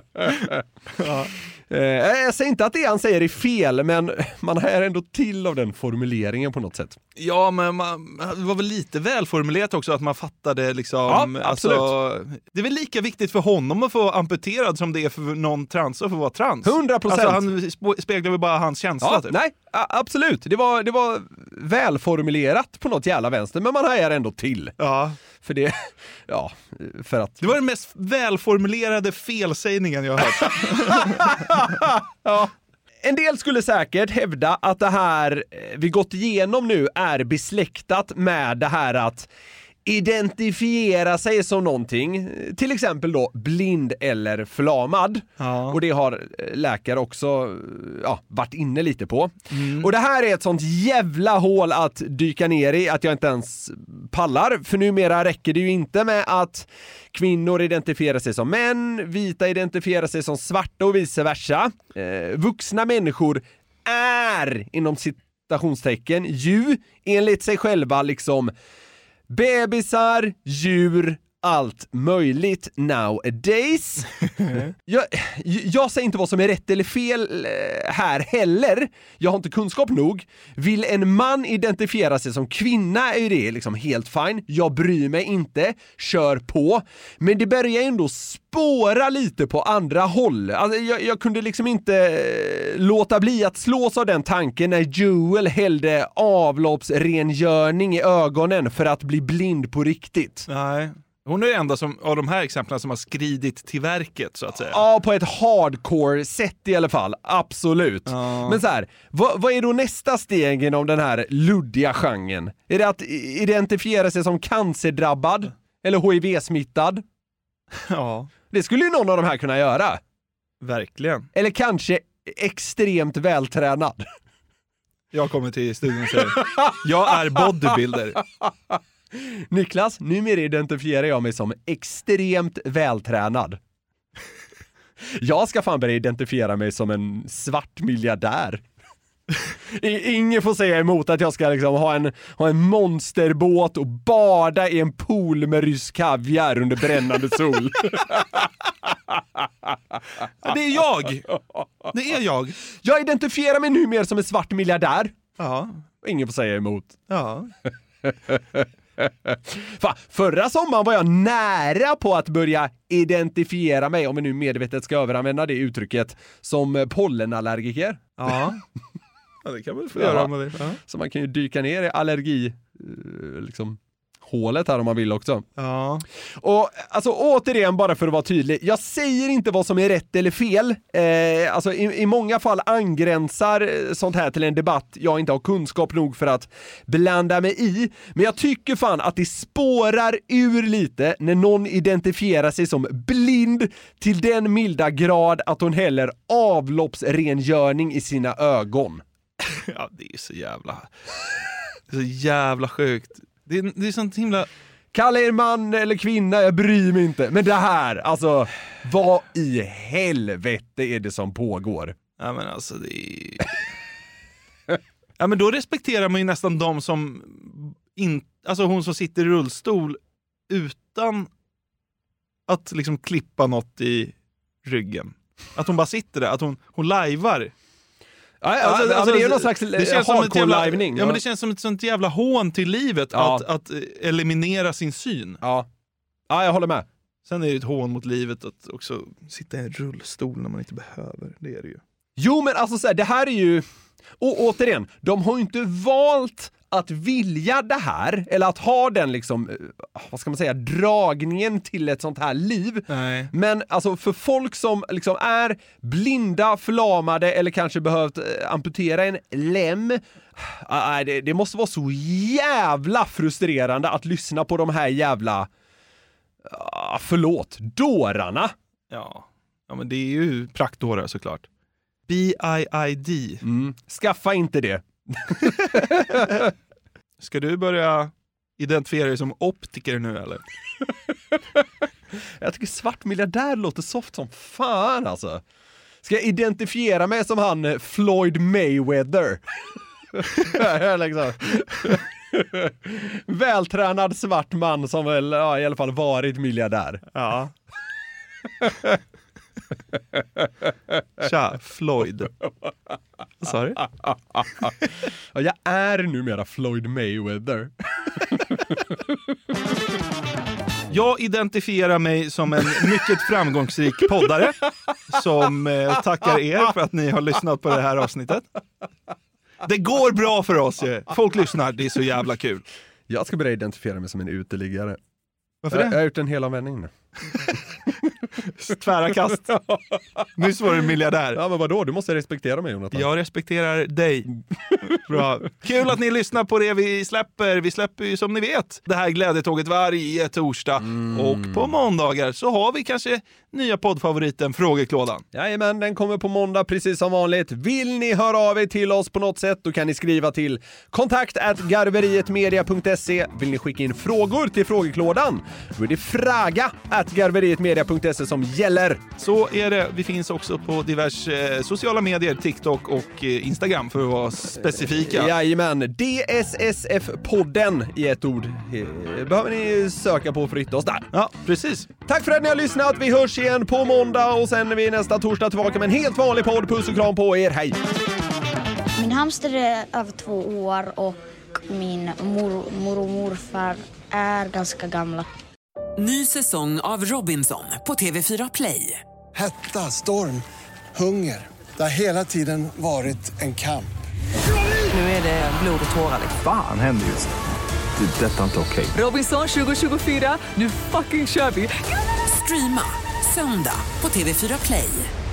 Ja. Jag säger inte att det han säger är fel, men man har ändå till av den formuleringen på något sätt. Ja, men man, det var väl lite välformulerat också att man fattade liksom... Ja, absolut. Alltså, det är väl lika viktigt för honom att få amputerad som det är för någon trans att få vara trans. hundra procent. Alltså, han speglar väl bara hans känsla. Ja, typ. Nej, absolut. Det var, det var välformulerat på något jävla vänster, men man har ändå till. Ja. För det, ja, för att... Det var den mest välformulerade felsägningen jag har hört. Ja. En del skulle säkert hävda att det här vi gått igenom nu är besläktat med det här att identifiera sig som någonting, till exempel då blind eller förlamad. Ja. Och det har läkare också ja, varit inne lite på. Mm. Och det här är ett sånt jävla hål att dyka ner i att jag inte ens pallar. För numera räcker det ju inte med att kvinnor identifierar sig som män, vita identifierar sig som svarta och vice versa. Eh, vuxna människor är inom citationstecken ju enligt sig själva liksom bebisar, djur, allt möjligt nowadays. jag, jag säger inte vad som är rätt eller fel här heller. Jag har inte kunskap nog. Vill en man identifiera sig som kvinna är det liksom helt fine. Jag bryr mig inte. Kör på. Men det börjar ändå spåra lite på andra håll. Alltså, jag, jag kunde liksom inte låta bli att slås av den tanken när Joel hällde avloppsrengörning i ögonen för att bli blind på riktigt. Nej. Hon är den enda som, av de här exemplen som har skridit till verket så att säga. Ja, på ett hardcore sätt i alla fall. Absolut. Ja. Men så här, vad, vad är då nästa steg inom den här luddiga genren? Är det att identifiera sig som cancerdrabbad? Eller H I V-smittad? Ja. Det skulle ju någon av de här kunna göra. Verkligen. Eller kanske extremt vältränad. Jag kommer till studion och säger jag är bodybuilder. Niklas, numera identifierar jag mig som extremt vältränad. Jag ska fan börja identifiera mig som en svart miljardär. Ingen får säga emot att jag ska liksom ha en, ha en monsterbåt och bada i en pool med rysk kaviar under brännande sol. Det är jag. Det är jag. Jag identifierar mig nu mer som en svart miljardär. Ja. Ingen får säga emot. Ja. Fan, förra sommaren var jag nära på att börja identifiera mig, om vi nu medvetet ska överanvända det uttrycket, som pollenallergiker. Ja. Ja, det kan man få göra om man vill. Ja. Så man kan ju dyka ner i allergi liksom hålet här om man vill också. Ja. Och alltså återigen, bara för att vara tydlig, jag säger inte vad som är rätt eller fel. Eh, alltså i, i många fall angränsar sånt här till en debatt jag inte har kunskap nog för att blanda mig i. Men jag tycker fan att det spårar ur lite när någon identifierar sig som blind till den milda grad att hon häller avloppsrengörning i sina ögon. Ja, det är så jävla det är så jävla sjukt. Det är, det är sånt himla... Kalla er man eller kvinna, jag bryr mig inte. Men det här, alltså, vad i helvete är det som pågår? Ja, men alltså det är... Ja, men då respekterar man ju nästan de som in... Alltså hon som sitter i rullstol utan att liksom klippa något i ryggen. Att hon bara sitter där, att hon, hon lajvar. Ja, alltså, alltså, det är någon slags det känns som ett jävla, livning. Ja, men det känns som ett sånt jävla hån till livet, ja. att, att eliminera sin syn. Ja. Ja, jag håller med. Sen är det ett hån mot livet att också sitta i en rullstol när man inte behöver. Det är det ju. Jo, men alltså så här, det här är ju... Och återigen, de har ju inte valt att vilja det här, eller att ha den liksom, vad ska man säga, dragningen till ett sånt här liv. Nej. Men alltså för folk som liksom är blinda, förlamade eller kanske behövt amputera en lem, äh, det, det måste vara så jävla frustrerande att lyssna på de här jävla, uh, förlåt, dårarna. Ja. Ja, men det är ju praktdårar såklart. B I I D. Mm. Skaffa inte det. Ska du börja identifiera dig som optiker nu eller? Jag tycker svart miljardär låter soft som fan alltså. Ska jag identifiera mig som han Floyd Mayweather? liksom. Vältränad svart man som väl ja, i alla fall varit miljardär. Ja. Tja, Floyd. Sorry. Ja, jag är numera Floyd Mayweather. Jag identifierar mig som en mycket framgångsrik poddare som eh, tackar er för att ni har lyssnat på det här avsnittet. Det går bra för oss. Folk lyssnar, det är så jävla kul. Jag ska börja identifiera mig som en uteliggare. Varför det? Jag, jag har gjort en hel omvändning nu. Tvära kast. Nyss var du miljardär. Ja, men vadå? Du måste respektera mig, Jonathan. Jag respekterar dig. Bra. Kul att ni lyssnar på det vi släpper. Vi släpper ju som ni vet det här glädjetåget varje torsdag. Mm. Och på måndagar så har vi kanske nya poddfavoriten Frågeklådan. Jajamän, den kommer på måndag precis som vanligt. Vill ni höra av er till oss på något sätt, då kan ni skriva till kontakt at garverietmedia punkt se. Vill ni skicka in frågor till Frågeklådan, då är det fraga at garverietmedia punkt se som gäller. Så är det. Vi finns också på diverse eh, sociala medier, TikTok och eh, Instagram för att vara specifika. Jajamän, D S S F-podden i ett ord. Eh, behöver ni söka på för att hitta oss där. Ja, precis. Tack för att ni har lyssnat. Vi hörs igen på måndag och sen är vi nästa torsdag tillbaka med en helt vanlig podd. Puss och kram på er. Hej! Min hamster är över två år och min mor, mor och morfar är ganska gamla. Ny säsong av Robinson på T V fyra Play. Hetta, storm, hunger. Det har hela tiden varit en kamp. Nu är det blod och tårar. Fan händer just det. Det är detta inte okej. Robinson tjugo tjugofyra, nu fucking kör vi. Streama söndag på T V fyra Play.